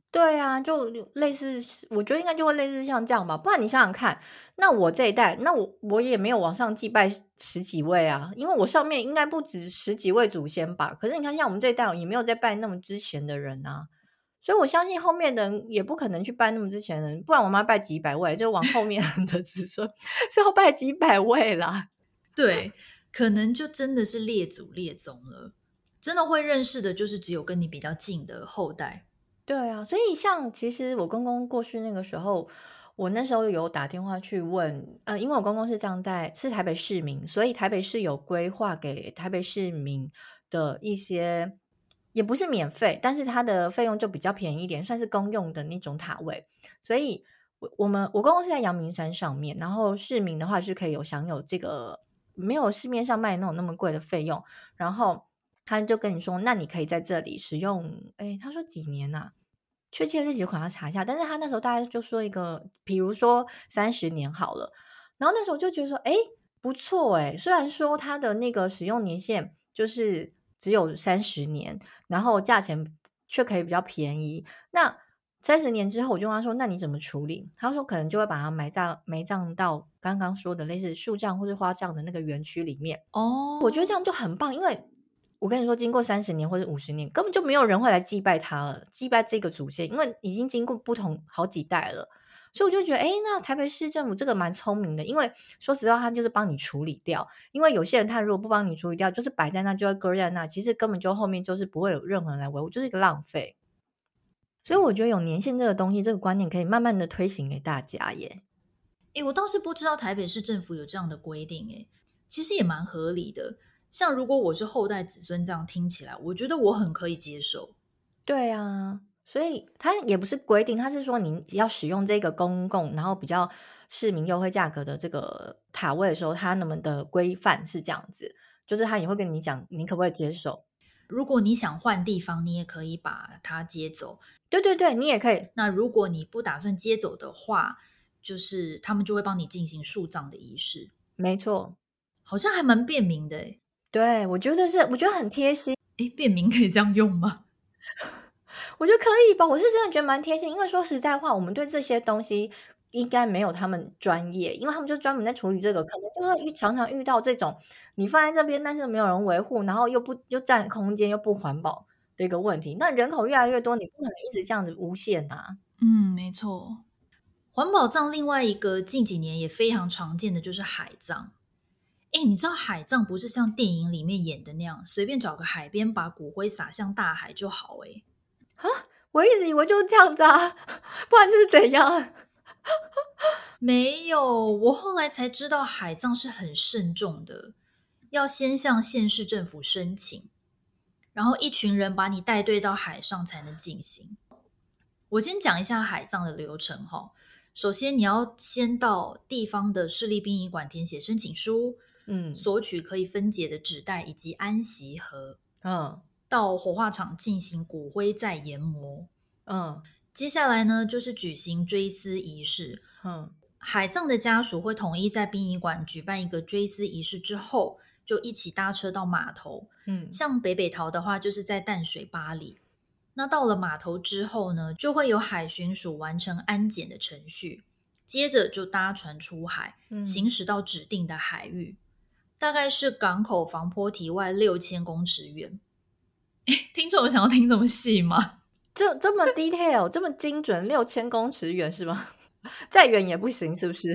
对啊，就类似，我觉得应该就会类似像这样吧。不然你想想看，那我这一代，那我也没有往上祭拜十几位啊，因为我上面应该不止十几位祖先吧。可是你看，像我们这一代也没有在拜那么之前的人啊，所以我相信后面的人也不可能去拜那么之前的人，不然我妈拜几百位，就往后面的子孙是要拜几百位啦。 对，可能就真的是列祖列宗了，真的会认识的就是只有跟你比较近的后代。 对啊，所以像其实我公公过去那个时候，我那时候有打电话去问，因为我公公是这样是台北市民，所以台北市有规划给台北市民的一些，也不是免费，但是它的费用就比较便宜一点，算是公用的那种塔位。所以我公公是在阳明山上面，然后市民的话是可以享有这个没有市面上卖那种那么贵的费用，然后他就跟你说，那你可以在这里使用，他说几年啊？确切日期我可能要查一下，但是他那时候大概就说一个，比如说30年好了，然后那时候就觉得说，不错虽然说它的那个使用年限就是只有30年，然后价钱却可以比较便宜。那30年之后，我就问他说，那你怎么处理？他说可能就会把它埋葬到刚刚说的类似树葬或是花葬的那个园区里面。 哦， 我觉得这样就很棒，因为我跟你说，经过30年或者50年，根本就没有人会来祭拜他了，祭拜这个祖先，因为已经经过不同好几代了。所以我就觉得，那台北市政府这个蛮聪明的，因为说实话，他就是帮你处理掉。因为有些人他如果不帮你处理掉，就是摆在那就会搁在那，其实根本就后面就是不会有任何人来维护，就是一个浪费。所以我觉得有年限这个东西，这个观念可以慢慢的推行给大家耶。 我倒是不知道台北市政府有这样的规定，其实也蛮合理的。像如果我是后代子孙，这样听起来，我觉得我很可以接受。 对啊，所以它也不是规定，它是说你要使用这个公共，然后比较市民优惠价格的这个塔位的时候，它们的规范是这样子，就是他也会跟你讲，你可不可以接受？ 如果你想换地方，你也可以把它接走。 对对对，你也可以， 那如果你不打算接走的话，就是他们就会帮你进行树葬的仪式。 没错， 好像还蛮便民的。 对，我觉得很贴心。 便民可以这样用吗？ 我觉得可以吧，我是真的觉得蛮贴心，因为说实在话，我们对这些东西应该没有他们专业，因为他们就专门在处理这个，可能就会常常遇到这种你放在这边，但是没有人维护，然后又占空间又不环保的一个问题。那人口越来越多，你不可能一直这样子无限啊。 没错。环保葬另外一个近几年也非常常见的就是海葬。你知道海葬不是像电影里面演的那样，随便找个海边把骨灰撒向大海就好。 我一直以为就是这样子啊，不然就是怎样？ 没有，我后来才知道海葬是很慎重的，要先向县市政府申请，然后一群人把你带队到海上才能进行。我先讲一下海葬的流程哈。首先，你要先到地方的市立殡仪馆填写申请书，索取可以分解的纸袋以及安息盒，到火化场进行骨灰再研磨，接下来呢就是举行追思仪式，海葬的家属会统一在殡仪馆举办一个追思仪式之后，就一起搭车到码头，像北桃的话就是在淡水八里。那到了码头之后呢，就会有海巡署完成安检的程序，接着就搭船出海，行驶到指定的海域，大概是港口防波堤外6000公尺远。听众有想要听这么细吗？ 这么 detail 这么精准，6000公尺远是吗？再远也不行是不是？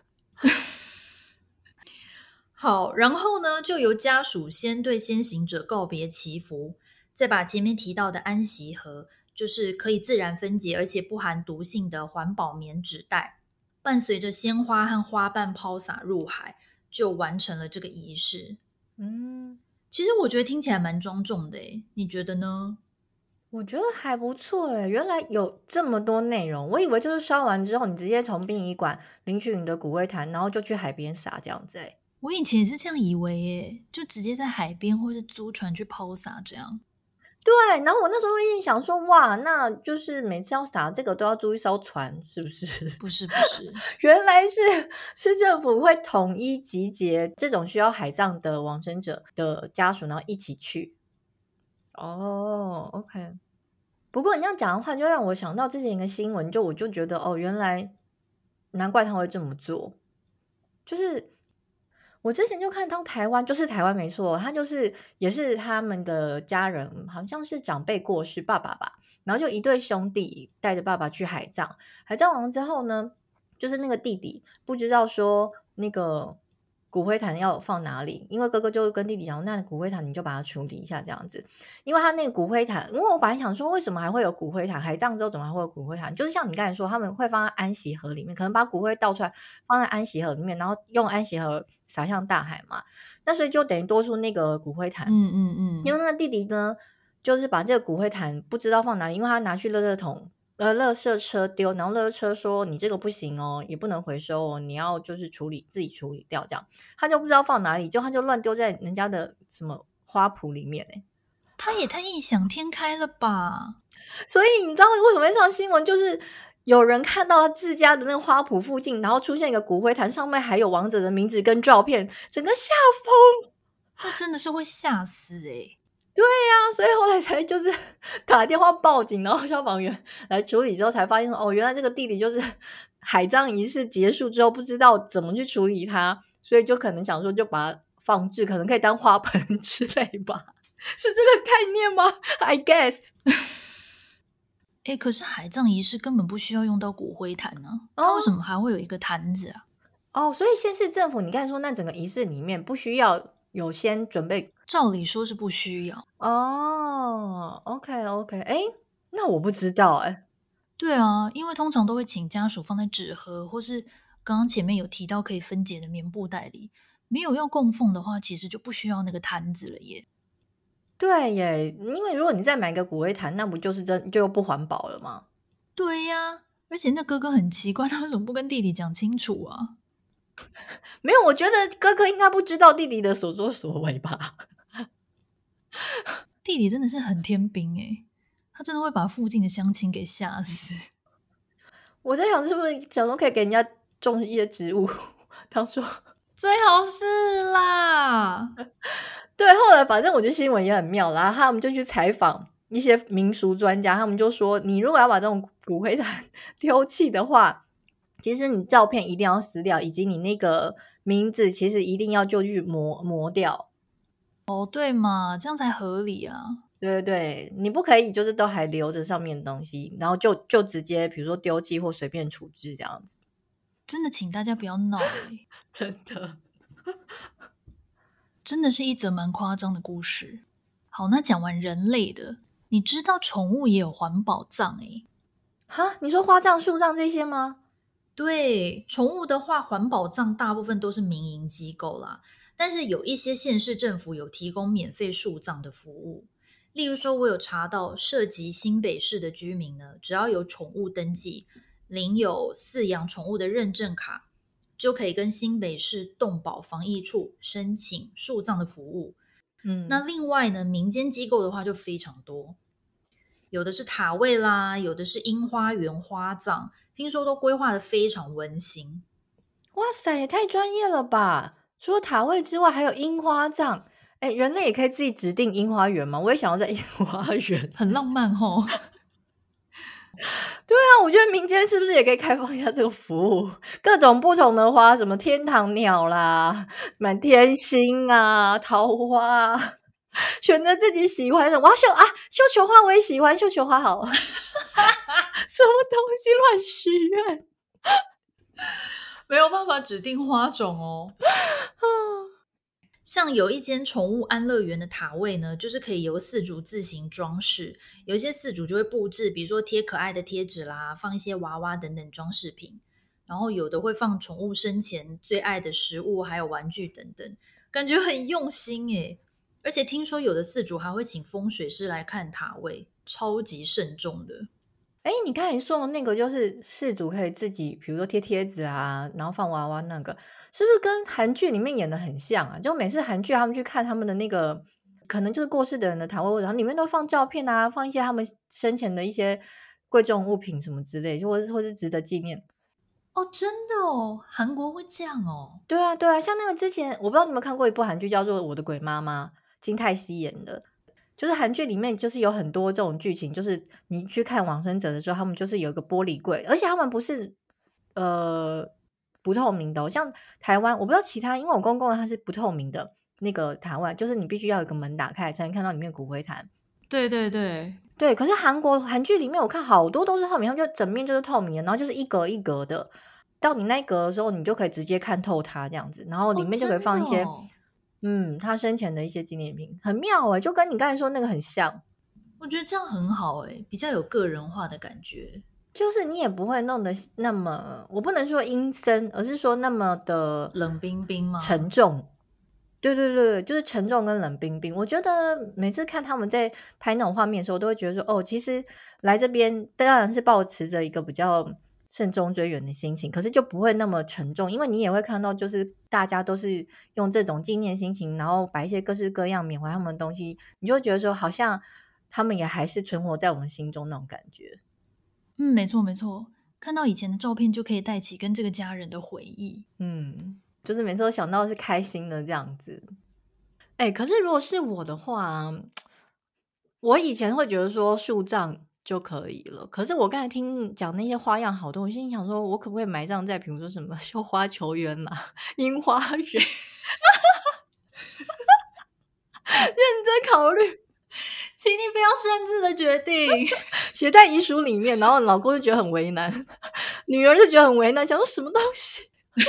好，然后呢就由家属先对先行者告别祈福，再把前面提到的安息盒，就是可以自然分解而且不含毒性的环保棉纸袋，伴随着鲜花和花瓣抛洒入海，就完成了这个仪式。其实我觉得听起来蛮庄重的耶，你觉得呢？ 我觉得还不错耶，原来有这么多内容，我以为就是烧完之后你直接从殡仪馆领取你的骨灰坛，然后就去海边撒这样子耶。 我以前也是这样以为耶，就直接在海边或是租船去抛洒这样。 对，然后我那时候一直想说，哇，那就是每次要撒这个都要租一艘船，是不是？ 不是原来是市政府会统一集结这种需要海葬的往生者的家属，然后一起去。哦，OK。 不过你这样讲的话，就让我想到之前一个新闻，我就觉得哦，原来难怪他会这么做。就是我之前就看到台湾，就是台湾没错，他就是也是他们的家人，好像是长辈过世，爸爸吧，然后就一对兄弟带着爸爸去海葬，海葬完之后呢，就是那个弟弟不知道说那个骨灰坛要放哪里，因为哥哥就跟弟弟讲，那骨灰坛你就把它处理一下这样子。因为他那个骨灰坛，因为我本来想说为什么还会有骨灰坛，海葬之后怎么还会有骨灰坛，就是像你刚才说他们会放在安息盒里面，可能把骨灰倒出来放在安息盒里面，然后用安息盒撒向大海嘛，那所以就等于多出那个骨灰坛。因为那个弟弟呢就是把这个骨灰坛不知道放哪里，因为他拿去垃圾车丢，然后垃圾车说你这个不行哦，也不能回收哦，你要就是自己处理掉这样，他就不知道放哪里，他就乱丢在人家的什么花圃里面他也太异想天开了吧。 所以你知道为什么会上新闻，就是有人看到自家的那个花圃附近，然后出现一个骨灰坛，上面还有亡者的名字跟照片，整个吓疯。 那真的是会吓死对呀，所以后来才就是打电话报警，然后消防员来处理之后才发现哦，原来这个弟弟就是海葬仪式结束之后不知道怎么去处理它，所以就可能想说就把它放置，可能可以当花盆之类吧，是这个概念吗 ？I guess 可是海葬仪式根本不需要用到骨灰坛呢，他为什么还会有一个坛子啊？ 所以县市政府你刚才说那整个仪式里面不需要有先准备， 照理说是不需要。 OK， 那我不知道对啊，因为通常都会请家属放在纸盒，或是刚刚前面有提到可以分解的棉布袋里。没有要供奉的话，其实就不需要那个坛子了耶。 对耶，因为如果你再买个骨灰坛，那不就是就不环保了吗？ 对呀，而且那哥哥很奇怪，他为什么不跟弟弟讲清楚啊？ 没有，我觉得哥哥应该不知道弟弟的所作所为吧。 弟弟真的是很天兵他真的会把附近的乡亲给吓死。 我在想是不是想说可以给人家种一些植物当做最好是啦。 对，后来反正我觉得新闻也很妙啦，他们就去采访一些民俗专家，他们就说你如果要把这种骨灰坛丢弃的话，其实你照片一定要撕掉，以及你那个名字其实一定要就去磨掉。 对嘛，这样才合理啊。 对，你不可以就是都还留着上面的东西，然后就直接比如说丢弃或随便处置这样子。 真的请大家不要闹真的真的是一则蛮夸张的故事。好，那讲完人类的，你知道宠物也有环保葬哈，你说花葬树葬这些吗？ 对，宠物的话环保葬大部分都是民营机构啦，但是有一些县市政府有提供免费树葬的服务。例如说我有查到涉及新北市的居民呢，只要有宠物登记，领有饲养宠物的认证卡，就可以跟新北市动保防疫处申请树葬的服务。那另外呢，民间机构的话就非常多，有的是塔位啦，有的是樱花园花葬，听说都规划的非常温馨。 哇塞，也太专业了吧！除了塔位之外，还有樱花葬。人类也可以自己指定樱花园吗？我也想要在樱花园， 很浪漫哦。 对啊，我觉得民间是不是也可以开放一下这个服务？各种不同的花，什么天堂鸟啦、满天星啊、桃花啊，选择自己喜欢的。我要绣球花，我也喜欢绣球花好了。什么东西乱许愿？ 没有办法指定花种哦。像有一间宠物安乐园的塔位呢，就是可以由饲主自行装饰，有一些饲主就会布置，比如说贴可爱的贴纸啦，放一些娃娃等等装饰品，然后有的会放宠物生前最爱的食物还有玩具等等，感觉很用心耶。而且听说有的饲主还会请风水师来看塔位，超级慎重的。 你刚才说的那个就是饲主可以自己比如说贴贴纸啊，然后放娃娃那个，是不是跟韩剧里面演的很像啊？就每次韩剧他们去看他们的那个可能就是过世的人的塔位，然后里面都放照片啊，放一些他们生前的一些贵重物品什么之类，或是值得纪念。 真的哦，韩国会这样哦？ 对啊，像那个之前我不知道你们看过一部韩剧叫做《我的鬼妈妈》，金泰熙演的， 就是韩剧里面就是有很多这种剧情，就是你去看往生者的时候，他们就是有一个玻璃柜，而且他们不是不透明的像台湾我不知道其他，因为我公公他是不透明的那个台湾，就是你必须要有一个门打开才能看到里面骨灰坛。 对对对对，可是韩剧里面我看好多都是透明，他们就整面就是透明的，然后就是一格一格的，到你那一格的时候你就可以直接看透它这样子，然后里面就可以放一些他生前的一些纪念品，很妙就跟你刚才说那个很像。 我觉得这样很好比较有个人化的感觉， 就是你也不会弄得那么，我不能说阴森，而是说那么的冷冰冰吗？ 沉重。对对对，就是沉重跟冷冰冰。我觉得每次看他们在拍那种画面的时候，我都会觉得说其实来这边当然是抱持着一个比较慎终追远的心情，可是就不会那么沉重，因为你也会看到就是大家都是用这种纪念心情，然后摆一些各式各样缅怀他们的东西，你就会觉得说好像他们也还是存活在我们心中那种感觉。 没错没错，看到以前的照片就可以带起跟这个家人的回忆。 就是每次都想到是开心的这样子。可是如果是我的话，我以前会觉得说树葬就可以了，可是我刚才听你讲那些花样好多，我心里想说我可不可以埋葬在比如说什么绣花球园樱花园认真考虑， 请你不要擅自的决定写在遗书里面，然后老公就觉得很为难，女儿就觉得很为难，想说什么东西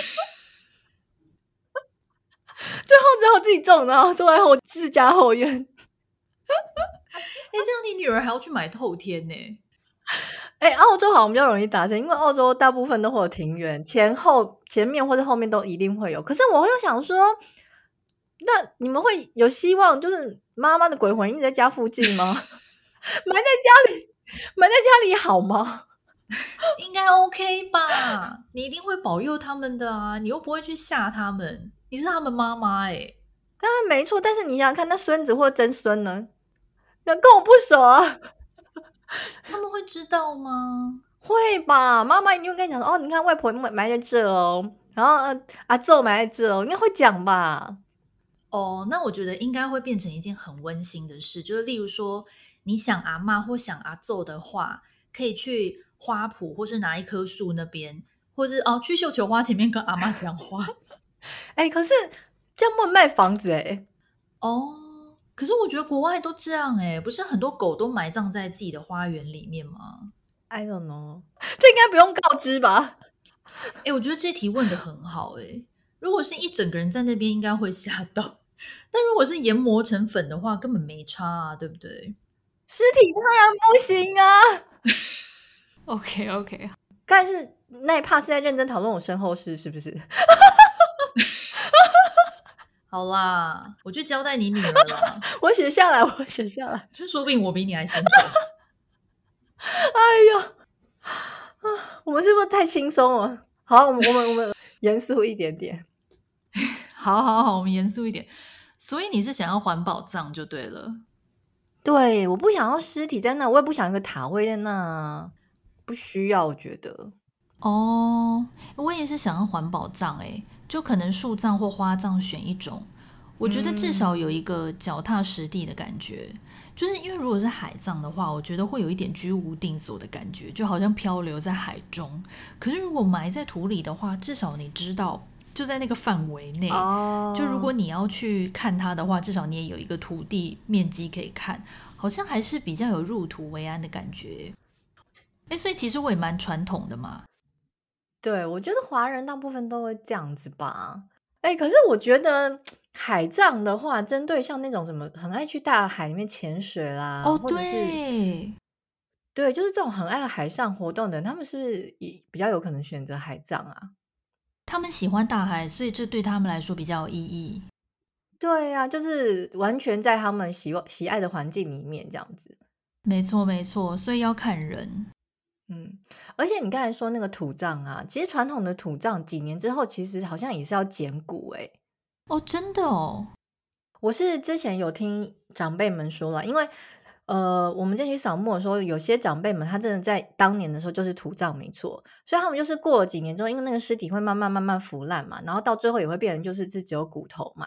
最后只好自己种，然后种在自家后院这样你女儿还要去买透天呢？ 澳洲好像比较容易达成，因为澳洲大部分都会有庭园，前面或者后面都一定会有。可是我会想说，那你们会有希望就是妈妈的鬼魂一直在家附近吗？埋在家里好吗？ 应该 OK 吧，你一定会保佑他们的啊，你又不会去吓他们，你是他们妈妈当然没错，但是你想想看，那孙子或曾孙呢？跟我不熟啊， 他们会知道吗？ 会吧，妈妈一定会跟你讲你看外婆埋在这然后阿祖埋在这应该会讲吧。 那我觉得应该会变成一件很温馨的事，就是例如说你想阿嬷或想阿祖的话，可以去花圃或是拿一棵树那边，或是去绣球花前面跟阿嬷讲话可是这样不能卖房子可是我觉得国外都这样不是很多狗都埋葬在自己的花园里面吗？ I don't know， 这应该不用告知吧？ 我觉得这题问得很好如果是一整个人在那边应该会吓到，但如果是研磨成粉的话根本没差啊，对不对？ 尸体当然不行啊 OK 刚才是那一 part 是在认真讨论我身后事是不是？ 好啦，我就交代你女儿了我写下来就说不定我比你还先走哎呦我们是不是太轻松了？好，我们严肃一点点好，我们严肃一点。所以你是想要环保葬就对了。 对，我不想要尸体在那，我也不想一个塔位在那，不需要我觉得。 我也是想要环保葬就可能树葬或花葬选一种，我觉得至少有一个脚踏实地的感觉。就是因为如果是海葬的话，我觉得会有一点居无定所的感觉，就好像漂流在海中。可是如果埋在土里的话，至少你知道就在那个范围内就如果你要去看它的话，至少你也有一个土地面积可以看，好像还是比较有入土为安的感觉所以其实我也蛮传统的嘛。 对，我觉得华人大部分都会这样子吧。可是我觉得海葬的话，针对像那种什么很爱去大海里面潜水啦，或者是对，就是这种很爱海上活动的人，他们是不是比较有可能选择海葬啊？ 他们喜欢大海，所以这对他们来说比较有意义。 对啊，就是完全在他们喜爱的环境里面这样子。 没错，所以要看人。 而且你刚才说那个土葬啊，其实传统的土葬几年之后其实好像也是要捡骨真的我是之前有听长辈们说了，因为我们进去扫墓的时候，有些长辈们他真的在当年的时候就是土葬没错，所以他们就是过了几年之后，因为那个尸体会慢慢腐烂嘛，然后到最后也会变成就是只有骨头嘛，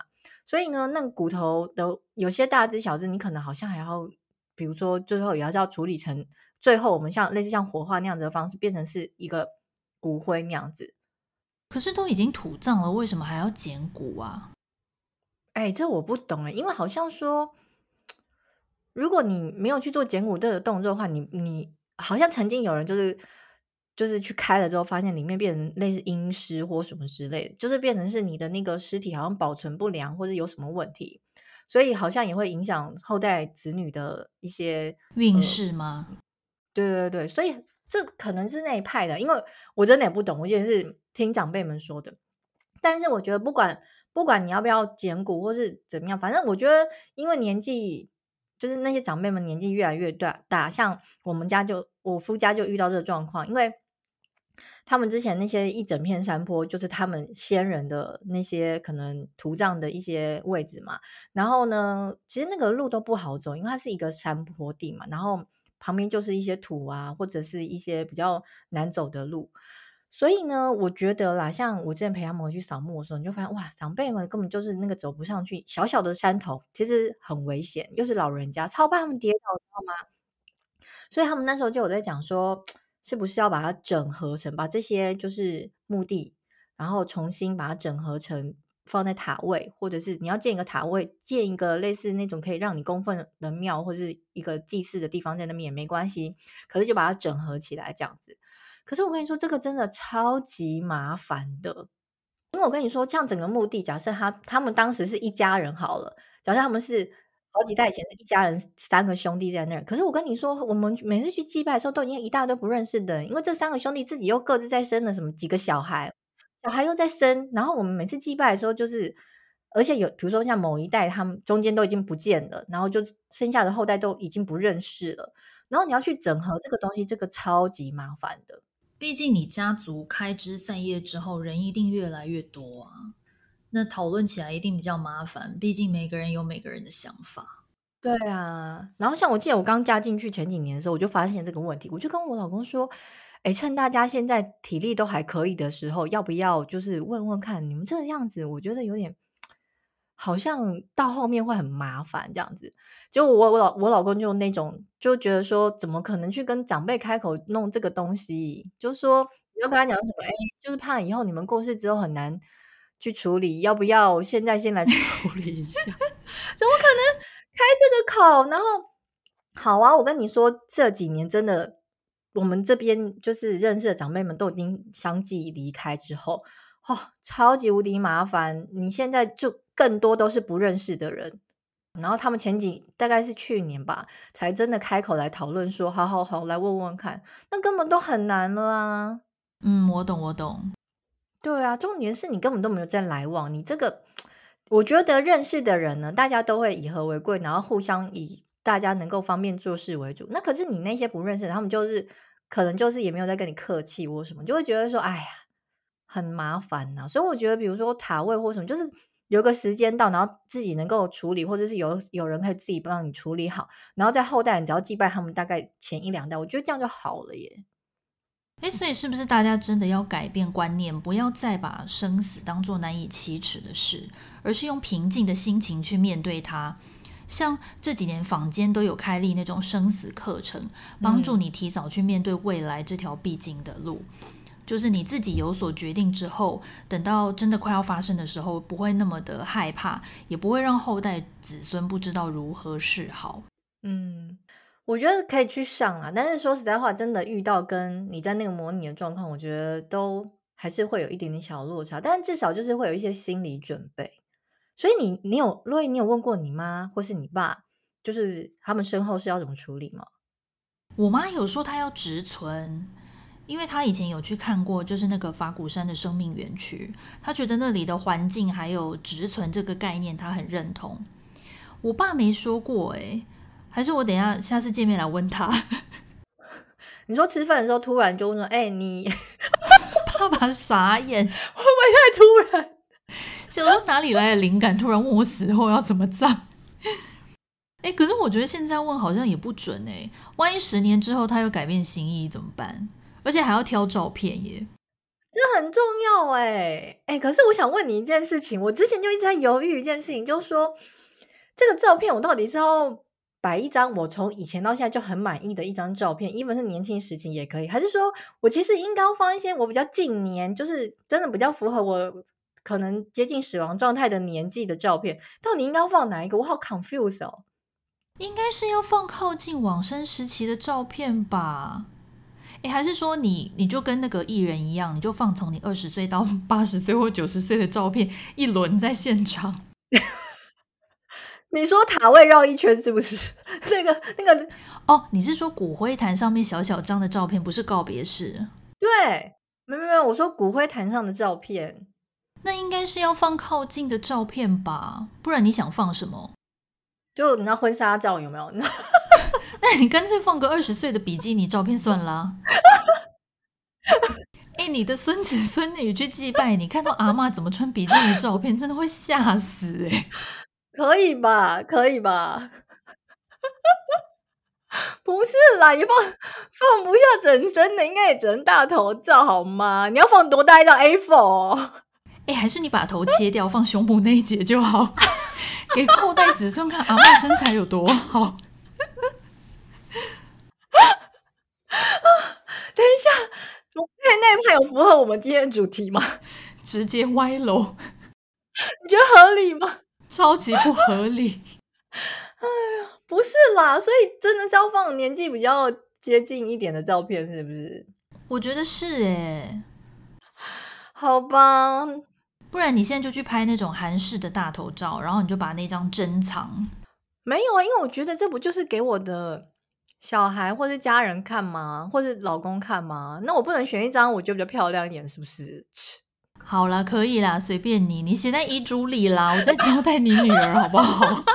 所以呢，那个骨头的有些大只小只，你可能好像还要，比如说最后也要处理成，最后我们类似像火化那样子的方式，变成是一个骨灰那样子。 可是都已经土葬了，为什么还要捡骨啊？ 这我不懂因为好像说，如果你没有去做捡骨这个动作的话，你好像曾经有人就是去开了之后，发现里面变成类似阴尸或什么之类的，就是变成是你的那个尸体好像保存不良或者有什么问题，所以好像也会影响后代子女的一些运势吗？ 对对对，所以这可能是那一派的，因为我真的也不懂，我也是听长辈们说的。但是我觉得不管你要不要捡骨或是怎么样，反正我觉得因为年纪就是那些长辈们年纪越来越大，像我夫家就遇到这个状况，因为他们之前那些一整片山坡就是他们先人的那些可能土葬的一些位置嘛，然后呢其实那个路都不好走，因为它是一个山坡地嘛，然后旁边就是一些土啊或者是一些比较难走的路，所以呢我觉得啦，像我之前陪他们回去扫墓的时候，你就发现哇，长辈们根本就是那个走不上去，小小的山头其实很危险，又是老人家超怕他们跌倒，知道吗？所以他们那时候就有在讲说，是不是要把它整合成，把这些就是墓地，然后重新把它整合成放在塔位，或者是你要建一个塔位，建一个类似那种可以让你供奉的庙，或者是一个祭祀的地方在那边也没关系，可是就把它整合起来这样子。可是我跟你说，这个真的超级麻烦的，因为我跟你说，像整个墓地，假设他们当时是一家人好了，假设他们是好几代以前是一家人3个兄弟在那儿，可是我跟你说，我们每次去祭拜的时候，都已经一大堆不认识的人，因为这3个兄弟自己又各自在生了什么几个小孩，小孩又在生，然后我们每次祭拜的时候，就是而且有比如说像某一代他们中间都已经不见了，然后就剩下的后代都已经不认识了，然后你要去整合这个东西，这个超级麻烦的。 毕竟你家族开枝散叶之后，人一定越来越多啊，那讨论起来一定比较麻烦，毕竟每个人有每个人的想法。 对啊，然后像我记得我刚嫁进去前几年的时候，我就发现这个问题，我就跟我老公说，趁大家现在体力都还可以的时候，要不要就是问问看，你们这个样子，我觉得有点好像到后面会很麻烦这样子。结果我老公就那种就觉得说，怎么可能去跟长辈开口弄这个东西？就是说你要跟他讲什么？就是怕以后你们过世之后很难去处理，要不要现在先来处理一下？怎么可能开这个口？然后好啊，我跟你说，这几年真的，我们这边就是认识的长辈们都已经相继离开之后，超级无敌麻烦。你现在就更多都是不认识的人，然后他们大概是去年吧，才真的开口来讨论说，好来问问看，那根本都很难了啊。 我懂。 对啊，重点是你根本都没有在来往，你这个我觉得认识的人呢，大家都会以和为贵，然后互相以大家能够方便做事为主。那可是你那些不认识的，他们就是可能就是也没有在跟你客气或什么，就会觉得说，哎呀，很麻烦呐。所以我觉得，比如说塔位或什么，就是有个时间到，然后自己能够处理，或者是有人可以自己帮你处理好，然后在后代你只要祭拜他们大概前1-2代，我觉得这样就好了耶。 所以是不是大家真的要改变观念，不要再把生死当作难以启齿的事，而是用平静的心情去面对它？像这几年坊间都有开立那种生死课程，帮助你提早去面对未来这条必经的路。就是你自己有所决定之后，等到真的快要发生的时候，不会那么的害怕，也不会让后代子孙不知道如何是好。 我觉得可以去上啦，但是说实在话，真的遇到跟你在那个模拟的状况，我觉得都还是会有一点点小落差，但是至少就是会有一些心理准备。所以洛伊，你有问过你妈或是你爸，就是他们身后是要怎么处理吗？ 我妈有说她要植存，因为她以前有去看过，就是那个法鼓山的生命园区，她觉得那里的环境还有植存这个概念，她很认同。我爸没说过还是我等一下次见面来问他。 你说吃饭的时候突然就问说，你爸爸傻眼，会不会太突然？ 想说哪里来的灵感，突然问我死后要怎么葬？可是我觉得现在问好像也不准万一10年之后他又改变心意怎么办？而且还要挑照片耶。 这很重要可是我想问你一件事情，我之前就一直在犹豫一件事情，就是说这个照片我到底是要摆一张我从以前到现在就很满意的一张照片，even是年轻时期也可以，还是说我其实应该要放一些我比较近年，就是真的比较符合我可能接近死亡状态的年纪的照片，到底应该要放哪一个？我好 confuse 哦。 应该是要放靠近往生时期的照片吧？还是说你就跟那个艺人一样，你就放从你20岁到80岁或90岁的照片一轮在现场？ 你说塔位绕一圈是不是？那个哦，你是说骨灰坛上面小小张的照片，不是告别式？ 对，没有，我说骨灰坛上的照片。 那应该是要放靠近的照片吧？不然你想放什么？ 就你知道婚纱照有没有？ 那你干脆放个20岁的比基尼照片算啦。你的孙子孙女去祭拜，你看到阿嬷怎么穿比基尼照片，真的会吓死可以吧？不是啦，也放不下整身的，应该也只能大头照好吗？你要放多大一张 A4？ 还是你把头切掉，放胸部那一节就好，给后代子孙看阿嬷身材有多好。 等一下，我那一派有符合我们今天的主题吗？ 直接歪楼， 你觉得合理吗？ 超级不合理。 不是啦，所以真的是要放年纪比较接近一点的照片，是不是？ 我觉得是好吧， 不然你现在就去拍那种韩式的大头照，然后你就把那张珍藏。 没有因为我觉得这不就是给我的小孩或是家人看吗？或是老公看吗？那我不能选一张我觉得比较漂亮一点，是不是？ 好啦，可以啦，随便你，你写在遗嘱里啦，我再交代你女儿好不好？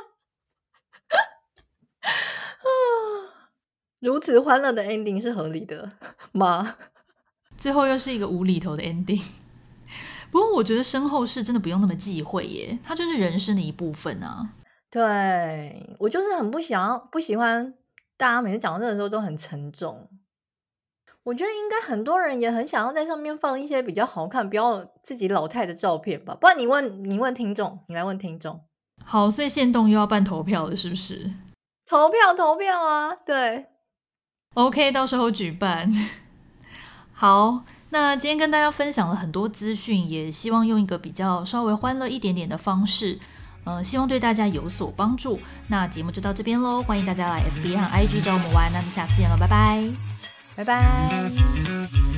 如此欢乐的 ending 是合理的吗？ 最后又是一个无厘头的 ending。不过我觉得身后事真的不用那么忌讳耶，它就是人生的一部分啊。 对，我就是很不喜欢大家每次讲到这个的时候都很沉重。我觉得应该很多人也很想要在上面放一些比较好看不要自己老态的照片吧，不然你问听众，你来问听众。 好，所以限动又要办投票了是不是？ 投票啊，对。 OK， 到时候举办。好，那今天跟大家分享了很多资讯，也希望用一个比较稍微欢乐一点点的方式，希望对大家有所帮助。那节目就到这边咯，欢迎大家来 FB 和 IG 找我们玩，那就下次见了，拜拜， 拜拜。